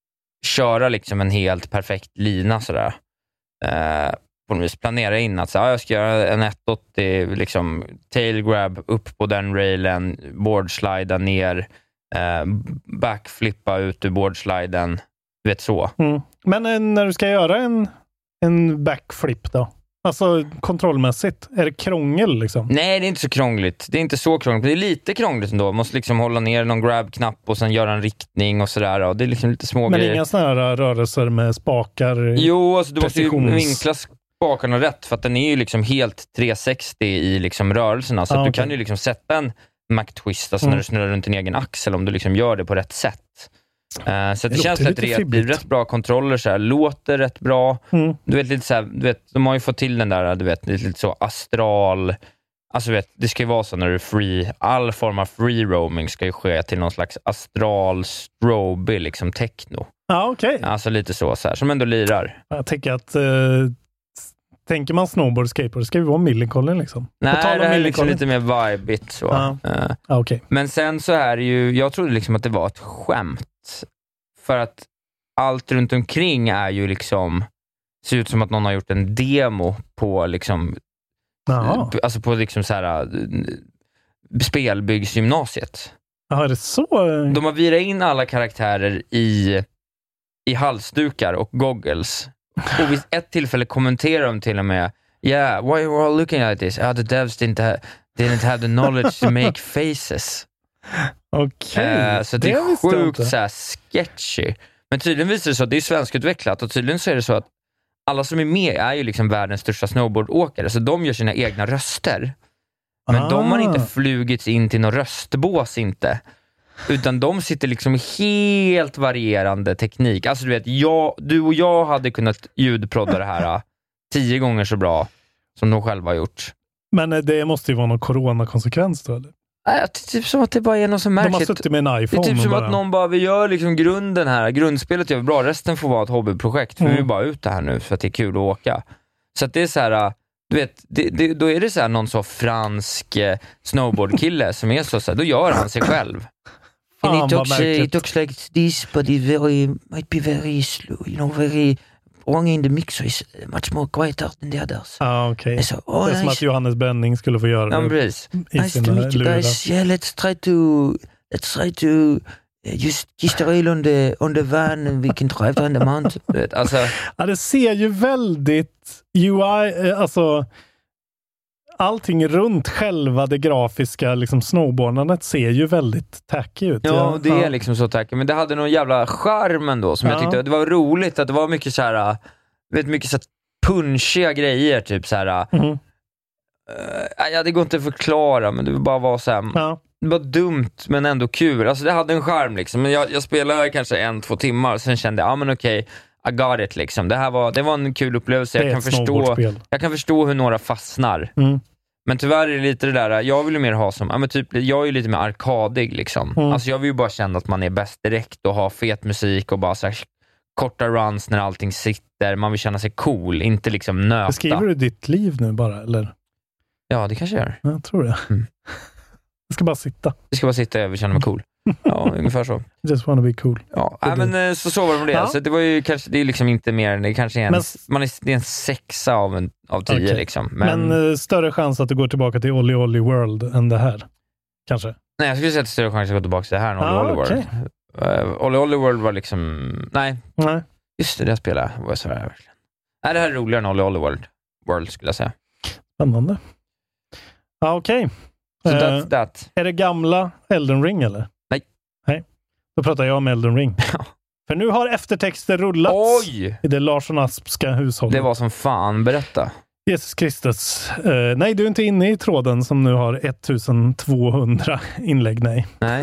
köra liksom en helt perfekt lina sådär. Eh, på något vis planera in att så, ja, jag ska göra en etthundraåttio liksom tail grab upp på den railen, boardslida ner, eh, backflippa ut ur boardsliden. Du vet så. Mm. Men eh, när du ska göra en, en backflip då? Alltså kontrollmässigt, är det krångel liksom? Nej, det är inte så krångligt. Det är inte så krångligt. Det är lite krångligt ändå. Man måste liksom hålla ner någon grab-knapp och sen göra en riktning och sådär. Och det är liksom lite små Men grejer. inga sådana här rörelser med spakar? Jo, alltså du måste ju vinkla spakarna rätt. För att den är ju liksom helt trehundrasextio i liksom rörelserna. Så ah, att du okay. kan ju liksom sätta en Mac-twist alltså mm. när du snurrar runt din egen axel om du liksom gör det på rätt sätt. Uh, så det, det känns rätt, rätt, det är rätt bra kontroller så här, låter rätt bra. Mm. Du vet lite så här, du vet de har ju fått till den där, du vet lite, lite så astral. Alltså vet, det ska ju vara så när du är free, all form av free roaming ska ju ske till någon slags astral strobe liksom techno. Ja, okej. Okay. Alltså lite så så här, som ändå lirar. Jag tänker att uh, tänker man snowboard skateboard ska ju vara Millencolin liksom. Nej, det är liksom lite mer vibe-igt så. Ja. Uh. Ja, okay. Men sen så är det ju, jag trodde liksom att det var ett skämt. För att allt runt omkring är ju liksom ser ut som att någon har gjort en demo på liksom Jaha. alltså på liksom så här spelbyggsgymnasiet. Ja, är det så? De har virat in alla karaktärer i i halsdukar och goggles. Och vid ett tillfälle kommenterar de till och med yeah, why are you all looking at this? Ah, the devs didn't ha, didn't have the knowledge to make faces. Okej. Okay. Uh, så det, det är sjukt så här sketchy. Men tydligen visar det så att det är svenskutvecklat och tydligen så är det så att alla som är med är ju liksom världens största snowboardåkare så de gör sina egna röster. Men ah. de har inte flugits in till någon röstbås inte. Utan de sitter liksom i helt varierande teknik. Alltså du vet, jag, du och jag hade kunnat ljudprodda det här tio gånger så bra som de själva har gjort. Men det måste ju vara någon coronakonsekvens då, eller? Nej, det är typ som att det bara är något som märkligt. De har suttit med en iPhone. Det är typ som bara... att någon bara, vi gör liksom grunden här. Grundspelet gör bra, resten får vara ett hobbyprojekt. För Mm. vi är bara ute här nu för att det är kul att åka. Så att det är så här, du vet, det, det, då är det så här någon så fransk eh, snowboardkille som är så, så här, då gör han sig själv. And it looks, uh, it looks like this, but it very might be very slow, you know, very wrong in the mixer is much more quieter than the others. Ah, okej. Okay. So, oh, det är nice. som att Johannes Benning skulle få göra ja, det. Precis. Nice to meet you guys. Yeah, let's try to let's try to uh, just just rail on the on the van and we can drive down the mountain. Alltså, ja, det ser ju väldigt U I, alltså allting runt själva det grafiska liksom snowboardandet ser ju väldigt tacky ut. Ja, det är liksom så tacky. Men det hade någon jävla charm ändå som ja. jag tyckte. Det var roligt att det var mycket så här, vet mycket så här punchiga grejer typ så här. Mm. Uh, ja, det går inte att förklara, men det bara var så här. Ja. Det var dumt men ändå kul. Alltså det hade en charm liksom. Men jag, jag spelade kanske en, två timmar. Sen kände jag, ja ah, men okej, okay, I got it liksom. Det här var, det var en kul upplevelse. Jag kan, förstå, jag kan förstå hur några fastnar. Mm. Men tyvärr är det lite det där, jag vill ju mer ha som, ja men typ, jag är ju lite mer arkadig liksom. Mm. Alltså jag vill ju bara känna att man är bäst direkt och ha fet musik och bara så här, korta runs när allting sitter. Man vill känna sig cool, inte liksom nöta. Beskriver du ditt liv nu bara, eller? Ja, det kanske jag gör. Jag tror det. Mm. Jag ska bara sitta. Jag ska bara sitta och jag vill känna mig cool. Ja, ungefär så. Just wanna be cool. Ja, äh, men så så var det med det. Ja. Alltså, det var ju kanske, det är liksom inte mer, det kanske är en, men, man är, det är en sexa av, en, av tio okay. liksom. Men, men uh, större chans att du går tillbaka till Olly Olly World än det här? Kanske? Nej, jag skulle säga att det är större chans att gå tillbaka till det här än Olly ah, Olly okay. World. Uh, Olly Olly World var liksom, nej. Nej. Just det, det jag spelade var så här verkligen. Nej, det här är roligare än Olly Olly World. World skulle jag säga. Spännande. Ja, okej. Okay. Så uh, that's that. Är det gamla Elden Ring eller? Nej. Nej. Då pratar jag om Elden Ring. För nu har eftertexter rullats. Oj! I det Larsson Aspska hushållet. Det var som fan, berätta. Jesus Kristus. Uh, nej, du är inte inne i tråden som nu har ettusentvåhundra inlägg, nej. Nej.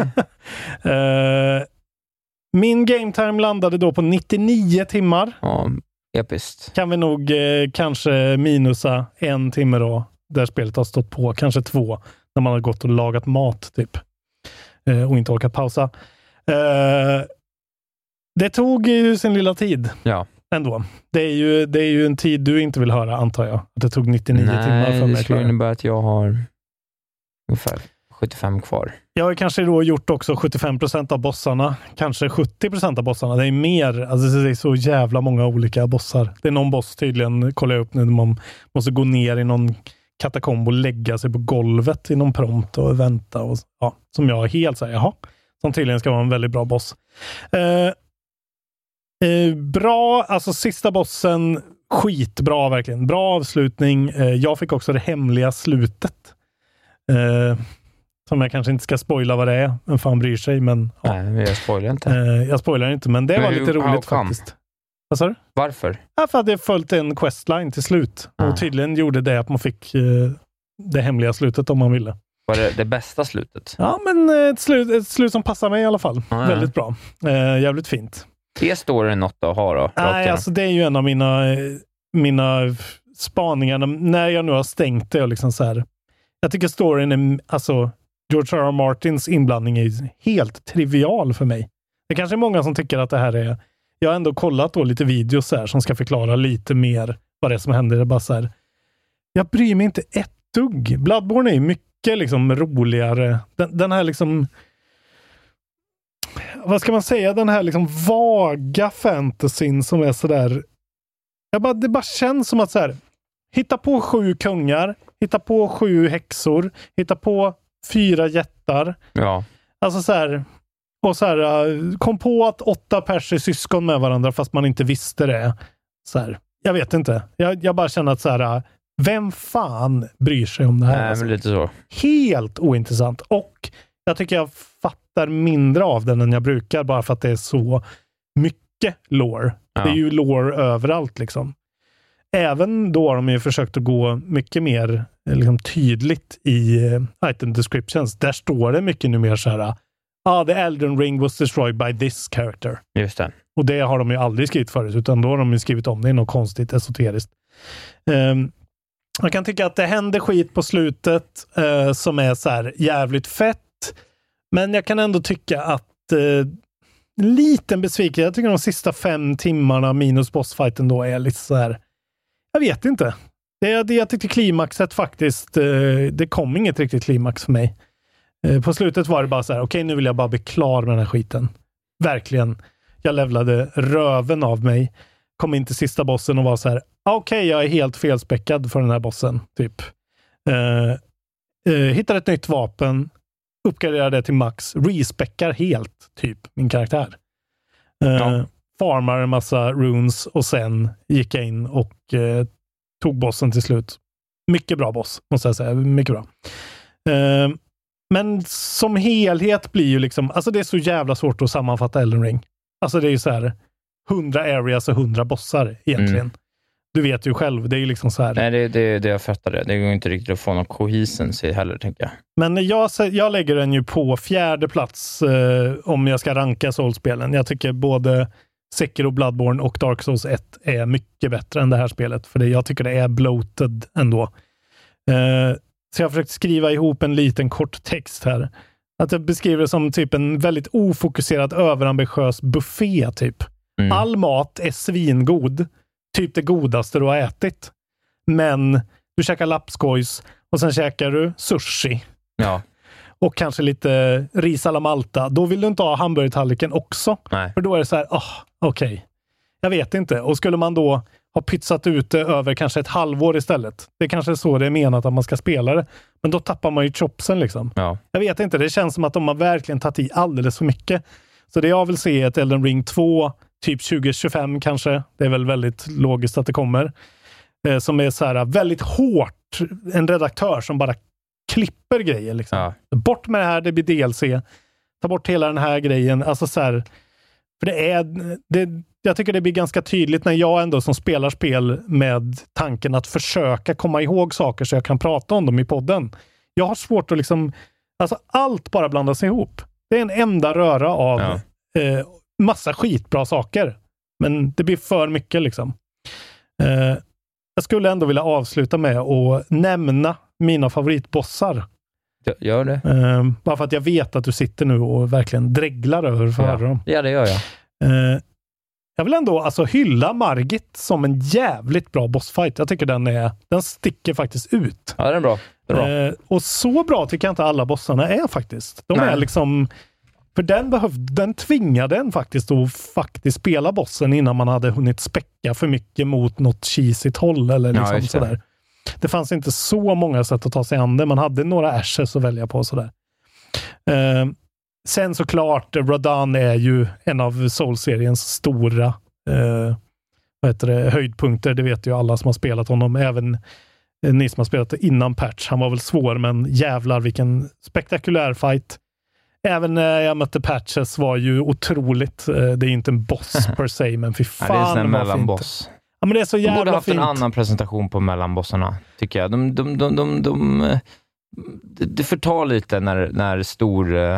uh, min game time landade då på nittionio timmar. Ja, episkt. Kan vi nog uh, kanske minusa en timme då. Där spelet har stått på, kanske två, när man har gått och lagat mat typ. Eh, och inte orkat pausa. Eh, det tog ju sin lilla tid. Ja. Ändå. Det är, ju, det är ju en tid du inte vill höra, antar jag. Att det tog nittionio Nej, timmar för mig. Nej, det skulle innebära att jag har ungefär sjuttiofem kvar. Jag har kanske då gjort också sjuttiofem procent av bossarna. Kanske sjuttio procent av bossarna. Det är mer, alltså det är så jävla många olika bossar. Det är någon boss tydligen, kollar jag upp nu, man måste gå ner i någon katakomb och lägga sig på golvet i någon prompt och vänta. Och, ja, som jag helt säger, jaha. Som tydligen ska vara en väldigt bra boss. Eh, eh, bra, alltså sista bossen, skitbra verkligen. Bra avslutning. Eh, jag fick också det hemliga slutet. Eh, som jag kanske inte ska spoila vad det är. En fan bryr sig, men... Ja. Nej, men jag spoilar inte. Eh, jag spoilar inte, men det men var lite roligt faktiskt. Vad sa du? Varför? Ja, för att det följt en questline till slut. Ah. Och tydligen gjorde det att man fick eh, det hemliga slutet om man ville. Var det det bästa slutet? Ja, men ett slut, ett slut som passar mig i alla fall. Ah, Väldigt ja. bra. Eh, jävligt fint. Det står det något att ha då? Nej, alltså det är ju en av mina, mina spaningar. När jag nu har stängt det och liksom så här. Jag tycker storyn är, alltså George R. R. Martins inblandning är helt trivial för mig. Det kanske är många som tycker att det här är... Jag har ändå kollat då lite videos här som ska förklara lite mer vad det är som händer. Det är bara så här, jag bryr mig inte ett dugg. Bloodborne är ju mycket liksom roligare. Den, den här liksom, vad ska man säga, den här liksom vaga fantasyn som är så där. Jag bara, det bara känns som att så här, hitta på sju kungar, hitta på sju häxor, hitta på fyra jättar. Ja. Alltså så här, och så här, kom på att åtta pers är syskon med varandra fast man inte visste det. Så här, jag vet inte. Jag, jag bara känner att så här, vem fan bryr sig om det här? Nej, alltså, men lite så. Helt ointressant. Och jag tycker jag fattar mindre av den än jag brukar bara för att det är så mycket lore. Ja. Det är ju lore överallt liksom. Även då har de ju försökt att gå mycket mer liksom, tydligt i uh, item descriptions. Där står det mycket nu mer så här, ah, the Elden Ring was destroyed by this character. Just det. Och det har de ju aldrig skrivit förut, utan då har de ju skrivit om det i något konstigt esoteriskt. Um, jag kan tycka att det händer skit på slutet uh, som är så här jävligt fett. Men jag kan ändå tycka att uh, liten besviken. Jag tycker de sista fem timmarna minus bossfighten då är lite så här. Jag vet inte. Det, det jag tyckte klimaxet faktiskt, uh, det kom inget riktigt klimax för mig. Uh, på slutet var det bara så här, okej, okay, nu vill jag bara bli klar med den här skiten. Verkligen. Jag levlade röven av mig. Kom in till sista bossen och var så här, okej, okay, jag är helt felspäckad för den här bossen, typ. Uh, uh, hittar ett nytt vapen, uppgraderar det till max, respeckar helt, typ, min karaktär. Uh, ja. Farmar en massa runes och sen gick jag in och uh, tog bossen till slut. Mycket bra boss, måste jag säga. Mycket bra. Uh, men som helhet blir ju liksom, alltså det är så jävla svårt att sammanfatta Elden Ring. Alltså det är ju så här hundra areas och hundra bossar egentligen. Mm. Du vet ju själv, det är ju liksom så här. Nej, det, det, det jag fattar det. Det går inte riktigt att få någon cohesency heller, tänker jag. Men jag, jag lägger den ju på fjärde plats eh, om jag ska ranka Souls-spelen. Jag tycker både Sekiro, Bloodborne och Dark Souls ett är mycket bättre än det här spelet. För det, jag tycker det är bloated ändå. Eh, så jag har försökt skriva ihop en liten kort text här. Att jag beskriver det som typ en väldigt ofokuserad, överambitiös buffé typ. Mm. All mat är svingod. Typ det godaste du har ätit. Men du käkar lapskojs och sen käkar du sushi. Ja. Och kanske lite ris alla Malta. Då vill du inte ha hamburgertallriken också. Nej. För då är det så här, oh, okej. Okay. Jag vet inte. Och skulle man då ha pytsat ut det över kanske ett halvår istället. Det är kanske så det är menat att man ska spela det. Men då tappar man ju chopsen liksom. Ja. Jag vet inte. Det känns som att de har verkligen tagit i alldeles för mycket. Så det jag vill se är ett Elden Ring två typ tjugo tjugofem kanske. Det är väl väldigt logiskt att det kommer. Eh, som är så här väldigt hårt. En redaktör som bara klipper grejer liksom. Ja. Bort med det här, det blir D L C. Ta bort hela den här grejen. Alltså så här, för det är det, jag tycker det blir ganska tydligt när jag ändå som spelar spel med tanken att försöka komma ihåg saker så jag kan prata om dem i podden. Jag har svårt att liksom, alltså allt bara blandas ihop. Det är en enda röra av ja. eh, massa skitbra saker. Men det blir för mycket liksom. Eh, jag skulle ändå vilja avsluta med att nämna mina favoritbossar. Gör det. Eh, bara för att jag vet att du sitter nu och verkligen dreglar över för ja. dem. Ja, det gör jag. Eh, jag vill ändå alltså hylla Margit som en jävligt bra bossfight. Jag tycker den är, den sticker faktiskt ut. Ja, den är bra. Den är bra. Eh, och så bra tycker jag inte alla bossarna är faktiskt. De Nej. är liksom, för den behövde, den tvingade en faktiskt att faktiskt spela bossen innan man hade hunnit späcka för mycket mot något cheesigt håll eller liksom ja, sådär. Det fanns inte så många sätt att ta sig an det. Man hade några ashes att välja på sådär. Eh, sen såklart, Radahn är ju en av Souls-seriens stora eh, vad heter det, höjdpunkter. Det vet ju alla som har spelat honom. Även eh, ni som har spelat det innan patch. Han var väl svår, men jävlar vilken spektakulär fight. Även när jag mötte patches var ju otroligt. Eh, det är inte en boss per se, men fy fan. Ja, det är en vad mellanboss. fint. Ja, men det är så jävla de borde haft fint. en annan presentation på mellanbossarna, tycker jag. De, de, de, de, de, det, det förtar lite när, när stor uh,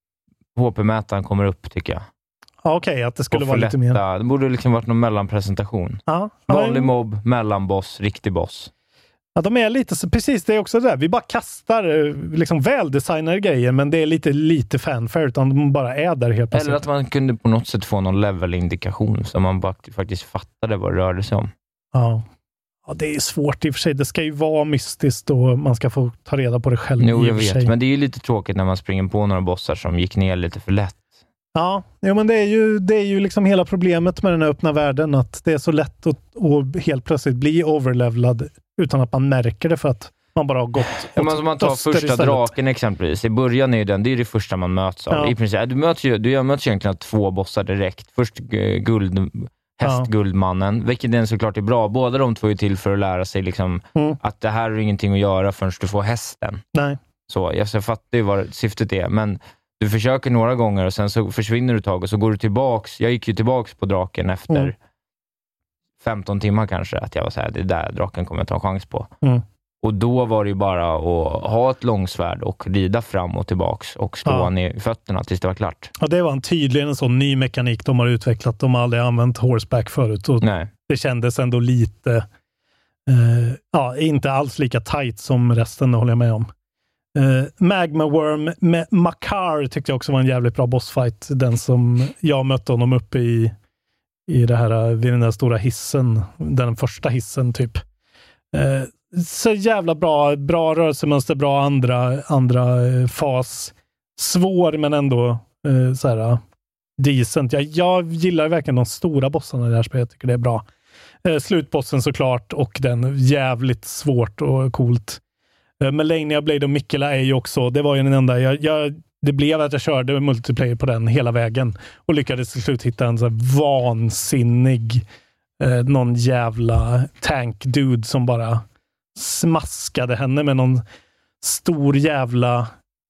H P-mätaren kommer upp, tycker jag. Ja, okej, okay, att det skulle vara lite mer. Det borde liksom varit någon mellanpresentation. Ja, vanlig ja, mobb, mellanboss, riktig boss. Ja, de är lite så, precis det är också det där. Vi bara kastar liksom väldesignade grejer, men det är lite, lite fanfare, utan de bara är där helt plötsligt. Eller att man kunde på något sätt få någon level-indikation så man bara faktiskt fattade vad det rörde sig om. Ja. Ja, det är svårt i och för sig. Det ska ju vara mystiskt och man ska få ta reda på det själv. Jo, jag i och för vet. sig. Men det är ju lite tråkigt när man springer på några bossar som gick ner lite för lätt. Ja, ja men det är ju, det är ju liksom hela problemet med den här öppna världen, att det är så lätt att, att helt plötsligt bli overlevlad utan att man märker det för att man bara har gått ja, men om man tar första istället. Draken exempelvis. I början är den, det är det första man möts av. Ja. I princip, du möts ju, du möts egentligen två bossar direkt. Först guld, hästguldmannen, ja. Vilket den såklart är bra. Båda de två är till för att lära sig liksom, mm. att det här är ingenting att göra förrän du får hästen. Nej. Så jag fattar ju vad syftet är, men du försöker några gånger och sen så försvinner du ett tag och så går du tillbaks. Jag gick ju tillbaks på draken efter mm. femton timmar kanske, att jag var så här, det där draken kommer jag ta en chans på. Mm. Och då var det ju bara att ha ett långsvärd och rida fram och tillbaks och slå ja. ner i fötterna tills det var klart. Ja, det var en tydligen en sån ny mekanik de har utvecklat. De har aldrig använt horseback förut. Och Nej. Det kändes ändå lite eh, ja, inte alls lika tight som resten, det håller jag med om. Eh, Magma Worm med Makar tyckte jag också var en jävligt bra bossfight. Den som jag mötte honom uppe i i det här, vid den där stora hissen. Den första hissen typ. Eh, så jävla bra, bra rörelsemönster, bra andra, andra eh, fas. Svår men ändå eh, så här decent. Jag, jag gillar verkligen de stora bossarna i det här spelet. Jag tycker det är bra. Eh, slutbossen såklart och den jävligt svårt och coolt. Eh, Melania, Blade och Mikkela är ju också, det var ju den enda, jag, jag, det blev att jag körde multiplayer på den hela vägen och lyckades till slut hitta en så här vansinnig eh, någon jävla tank dude som bara smaskade henne med någon stor jävla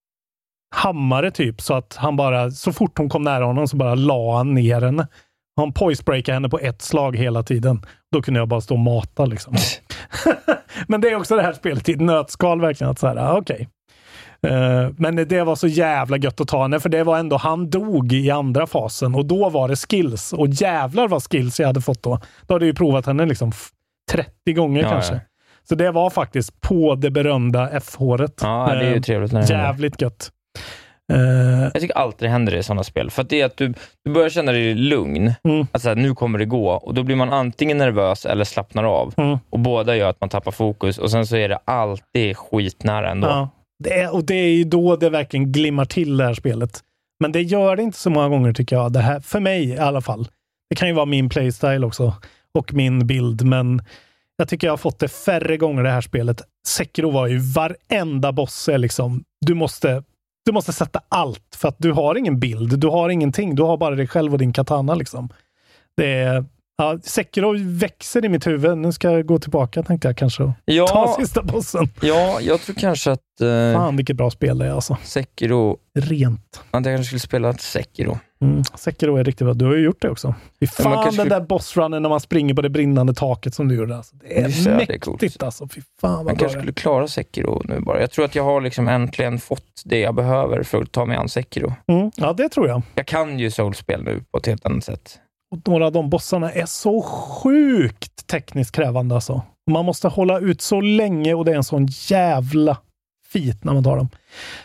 hammare typ, så att han bara, så fort hon kom nära honom så bara la han ner henne. Han poise-breakade henne på ett slag hela tiden. Då kunde jag bara stå och mata liksom. Men det är också det här spelet i ett nötskal verkligen, att så här, okej. Okay. Uh, men det var så jävla gött att ta henne, för det var ändå, han dog i andra fasen och då var det skills, och jävlar vad skills jag hade fått då. Då hade jag ju provat henne liksom trettio gånger ja, kanske. Ja. Så det var faktiskt på det berömda F-håret. Ja, det är ju trevligt när det jävligt gött. Uh, jag tycker alltid det händer i sådana spel. För att det är att du, du börjar känna dig lugn. Mm. Alltså nu kommer det gå. Och då blir man antingen nervös eller slappnar av. Mm. Och båda gör att man tappar fokus. Och sen så är det alltid skitnära ändå. Ja, det är, och det är ju då det verkligen glimmar till det här spelet. Men det gör det inte så många gånger tycker jag. Det här, för mig i alla fall. Det kan ju vara min playstyle också. Och min bild. Men jag tycker jag har fått det färre gånger det här spelet. Sekiro var ju varenda boss är liksom, du måste Du måste sätta allt, för att du har ingen bild. Du har ingenting. Du har bara dig själv och din katana liksom. Det är, ja, Sekiro växer i mitt huvud. Nu ska jag gå tillbaka, tänkte jag kanske. Och ja, ta sista bossen. Ja, jag tror kanske att... Uh, Fan, vilket bra spel det är alltså. Sekiro... Rent. Jag kanske skulle spela ett Sekiro. Mm, Sekiro är riktigt bra. Du har ju gjort det också. Det är fan den skulle... där bossrunnen när man springer på det brinnande taket som du gjorde. Alltså. Det är Just mäktigt det är alltså. Fy fan vad man kanske skulle klara Sekiro nu bara. Jag tror att jag har liksom äntligen fått det jag behöver för att ta mig an Sekiro. Mm, ja, det tror jag. Jag kan ju Souls-spel nu på ett helt annat sätt. Och några av de bossarna är så sjukt tekniskt krävande alltså. Man måste hålla ut så länge och det är en sån jävla fit när man tar dem.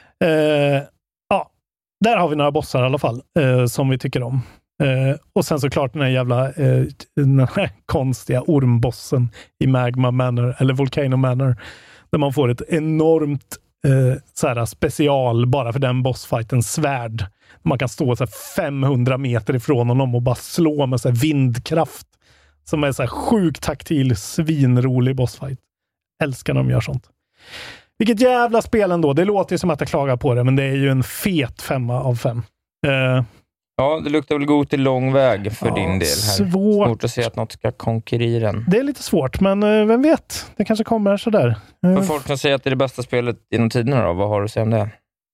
Eh, ja, där har vi några bossar i alla fall eh, som vi tycker om. Eh, och sen såklart den här jävla eh, den här konstiga ormbossen i Magma Manor eller Volcano Manor där man får ett enormt eh, såhär special bara för den bossfighten svärd. Man kan stå så femhundra meter ifrån honom och bara slå med så här vindkraft som är så här sjukt taktil, svinrolig bossfight. Älskar när de gör sånt. Vilket jävla spel ändå. Det låter ju som att jag klagar på det, men det är ju en fet femma av fem. Uh, ja, det luktar väl god till lång väg för ja, din del här. Svårt. Svårt att se att något ska konkurrera den. Det är lite svårt, men uh, vem vet? Det kanske kommer sådär. Uh. För folk som säger att det är det bästa spelet genom tiderna då, vad har du att säga om det?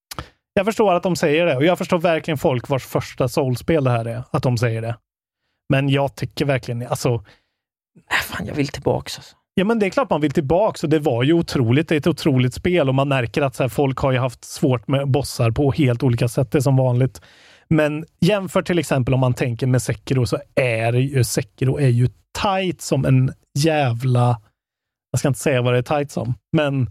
Jag förstår att de säger det, och jag förstår verkligen folk vars första Souls-spel det här är, att de säger det. Men jag tycker verkligen, alltså... Nej, fan, jag vill tillbaka alltså. Ja, men det är klart man vill tillbaka, så det var ju otroligt. Det är ett otroligt spel och man märker att så här, folk har ju haft svårt med bossar på helt olika sätt, det är som vanligt. Men jämför till exempel om man tänker med Sekiro, så är ju Sekiro är ju tight som en jävla... Jag ska inte säga vad det är tight som, men...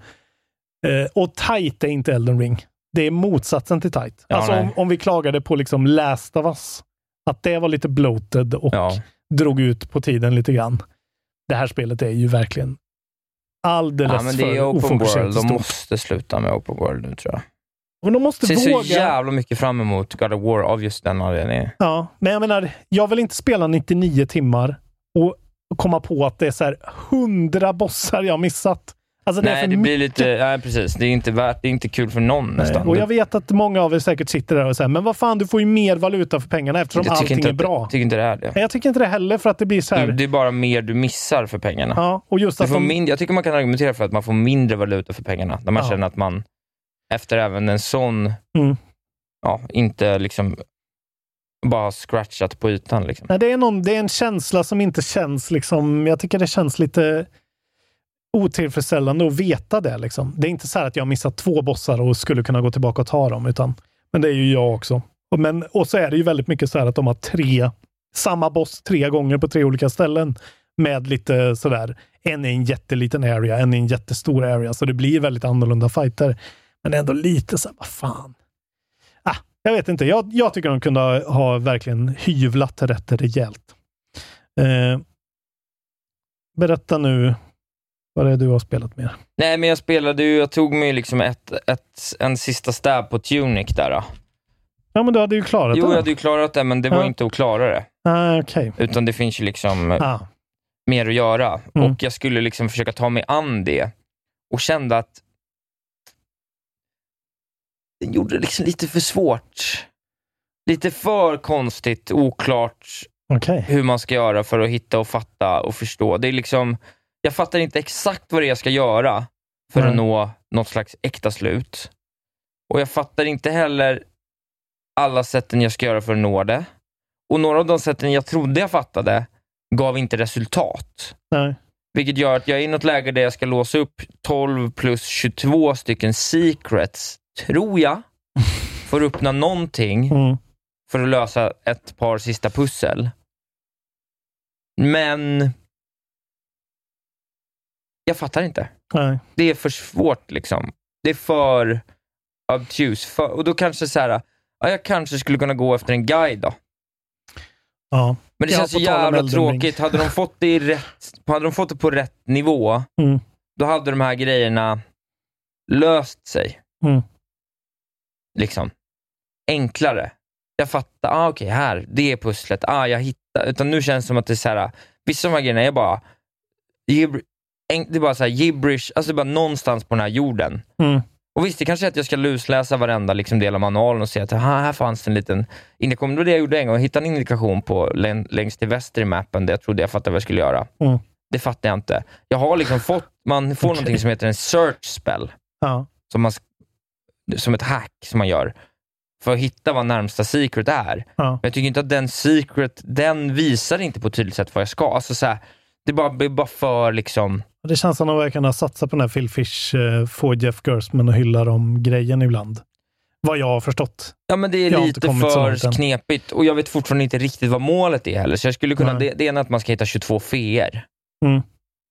Eh, och tight är inte Elden Ring. Det är motsatsen till tight. Ja, alltså om, om vi klagade på liksom Last of Us, att det var lite bloated och ja. drog ut på tiden lite grann. Det här spelet är ju verkligen alldeles ja, men det är open world. De måste sluta med open world nu, tror jag. Och de måste ser våga... så jävla mycket fram emot God of War av just den anledningen. Ja, men jag menar, jag vill inte spela nittionio timmar och komma på att det är så här hundra bossar jag har missat. Alltså nej, det, är det blir mycket... lite, nej precis, det är inte värt, det är inte kul för någon nej. nästan. Och jag vet att många av er säkert sitter där och säger, men vad fan, du får ju mer valuta för pengarna eftersom allting är bra. Jag tycker inte det är det. Nej, jag tycker inte det heller, för att det blir så här... Du, det är bara mer du missar för pengarna. Ja, och just du att får de... mindre, jag tycker man kan argumentera för att man får mindre valuta för pengarna. När man ja. känner att man, efter även en sån, mm. ja, inte liksom bara scratchat på ytan liksom. Nej, det är, någon, det är en känsla som inte känns liksom, jag tycker det känns lite... otillfredsställande att veta det liksom. Det är inte så här att jag har missat två bossar och skulle kunna gå tillbaka och ta dem, utan men det är ju jag också. Och, men, och så är det ju väldigt mycket så här att de har tre samma boss tre gånger på tre olika ställen med lite sådär, en i en jätteliten area, en i en jättestor area, så det blir väldigt annorlunda fighter. Men ändå lite så här, vad fan. Ah, jag vet inte, jag, jag tycker de kunde ha, ha verkligen hyvlat rätt rejält. Eh, berätta nu vad det är du har spelat med. Nej, men jag spelade ju, jag tog mig liksom ett, ett, en sista stab på Tunic där då. Ja, men du hade ju klarat jo, det. Jo, jag hade ju klarat det, men det ja. var inte att klara det. Ah, okay. Utan det finns ju liksom ah. mer att göra. Mm. Och jag skulle liksom försöka ta mig an det. Och kände att det gjorde det liksom lite för svårt. Lite för konstigt, oklart okay. hur man ska göra för att hitta och fatta och förstå. Det är liksom, jag fattar inte exakt vad det är jag ska göra för mm. att nå något slags äkta slut. Och jag fattar inte heller alla sätten jag ska göra för att nå det. Och några av de sätten jag trodde jag fattade gav inte resultat. Nej. Vilket gör att jag är i något läge där jag ska låsa upp tolv plus tjugotvå stycken secrets, tror jag, för att öppna någonting mm. för att lösa ett par sista pussel. Men jag fattar inte. Nej. Det är för svårt liksom. Det är för obtuse. För, och då kanske så här, ja, jag kanske skulle kunna gå efter en guide då. Ja. Men det känns så jävla tråkigt. Hade de fått det i rätt, hade de fått det på rätt nivå, mm. då hade de här grejerna löst sig. Mm. Liksom. Enklare. Jag fattar, ah okej, okay, här, det är pusslet. Ah, jag hittar. Utan nu känns det som att det är så här, vissa av de här grejerna är bara gibber, det är bara så här gibberish, alltså det är bara någonstans på den här jorden. Mm. Och visst, det kanske är att jag ska lusläsa varenda liksom, del av manualen och se att här, här fanns en liten indikation. Det var det jag gjorde en gång. Jag hittade en indikation på längst till väster i mappen där jag trodde jag fattade vad jag skulle göra. Mm. Det fattar jag inte. Jag har liksom fått, man får okay. någonting som heter en search spell. Ja. Som, man, som ett hack som man gör. För att hitta vad närmsta secret är. Ja. Men jag tycker inte att den secret, den visar inte på tydligt sätt vad jag ska. Alltså så här, det är bara, det är bara för liksom... Det känns som att de verkligen har satsat på den här Phil Fish, uh, få Jeff Gersman och hylla om grejen ibland. Vad jag har förstått. Ja, men det är jag lite för knepigt. Och jag vet fortfarande inte riktigt vad målet är heller. Så jag skulle kunna... Det, det är att man ska hitta tjugotvå feer. Mm.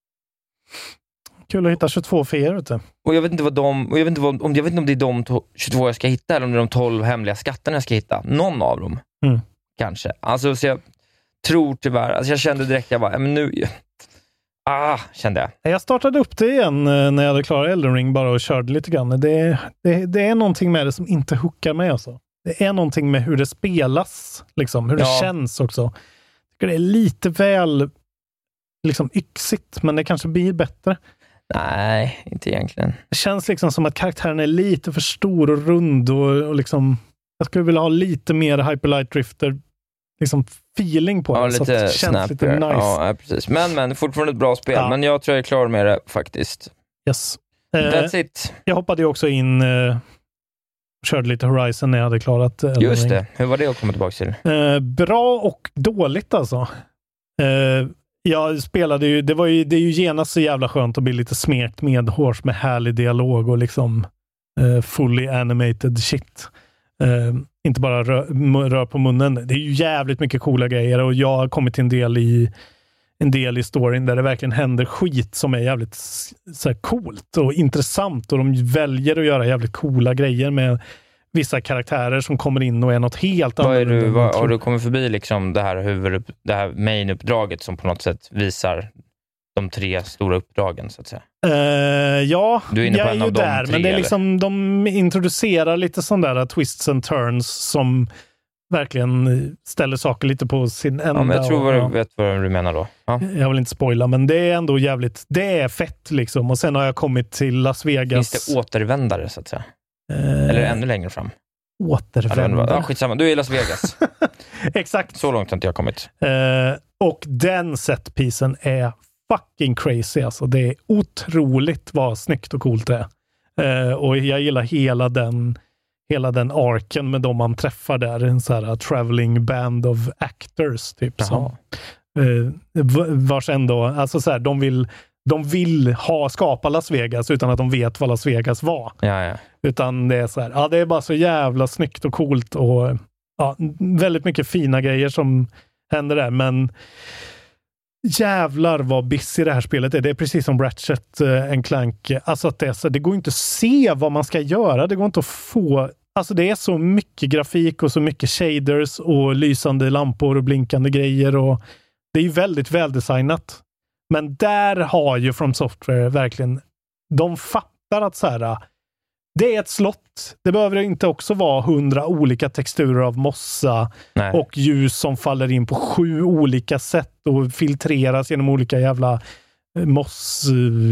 Kul att hitta tjugotvå feer ute. Och jag vet inte vad de... Och jag vet inte vad, om, jag vet inte om det är de to- tjugotvå jag ska hitta eller om det är de tolv hemliga skatterna jag ska hitta. Någon av dem. Mm. Kanske. Alltså, så jag tror tyvärr... Alltså jag kände direkt, jag bara, men nu... Ah, kände jag. Jag startade upp det igen när jag hade klarat Elden Ring bara och körde lite grann. Det, det, det är någonting med det som inte hookar mig alltså. Det är någonting med hur det spelas, liksom, hur ja. det känns också. Jag tycker det är lite väl liksom yxigt, men det kanske blir bättre. Nej, inte egentligen. Det känns liksom som att karaktären är lite för stor och rund och, och liksom, jag skulle vilja ha lite mer Hyperlight Drifter liksom feeling på ja, det. Så lite att det känns lite nice. Ja, precis. Men, men fortfarande ett bra spel. Ja. Men jag tror jag är klar med det faktiskt. Yes. That's eh, it. Jag hoppade ju också in eh, körde lite Horizon när jag hade klarat Elden Ring. Just det. Hur var det att komma tillbaka till? Eh, bra och dåligt alltså. Eh, jag spelade ju, det var ju, det är ju genast så jävla skönt att bli lite smekt medhårs med härlig dialog och liksom eh, fully animated shit. Uh, inte bara rör, rör på munnen. Det är ju jävligt mycket coola grejer och jag har kommit till en del i en del i storyn där det verkligen händer skit som är jävligt så här, coolt och intressant och de väljer att göra jävligt coola grejer med vissa karaktärer som kommer in och är något helt annat. Du, vad, har du kommit förbi liksom det här huvud, det här main-uppdraget som på något sätt visar de tre stora uppdragen så att säga? Uh, ja, du är inne på jag en är av ju de där, tre, men det är eller? liksom, de introducerar lite sådana där twists and turns som verkligen ställer saker lite på sin ända. Ja, men jag tror vad du och, vet vad du menar då. Ja. Jag vill inte spoila, men det är ändå jävligt, det är fett liksom. Och sen har jag kommit till Las Vegas. Finns det återvändare så att säga? Uh, eller ännu längre fram? Återvändare? Ja, skitsamma. Du är i Las Vegas. Exakt. Så långt har inte jag kommit. Uh, och den setpisen är fucking crazy alltså. Det är otroligt vad snyggt och coolt det är. Uh, och jag gillar hela den hela den arken med de man träffar där. En sån här traveling band of actors typ. Som, uh, vars ändå, alltså så här, de vill de vill ha, skapa Las Vegas utan att de vet vad Las Vegas var. Ja, ja. Utan det är så här, ja, det är bara så jävla snyggt och coolt och ja, väldigt mycket fina grejer som händer där, men jävlar vad busy det här spelet är. Det är precis som Ratchet and Clank. Alltså att det, är så, det går inte att se vad man ska göra. Det går inte att få... Alltså det är så mycket grafik och så mycket shaders och lysande lampor och blinkande grejer. Och det är ju väldigt väldesignat. Men där har ju From Software verkligen... De fattar att så här... Det är ett slott. Det behöver inte också vara hundra olika texturer av mossa. Nej. Och ljus som faller in på sju olika sätt och filtreras genom olika jävla moss,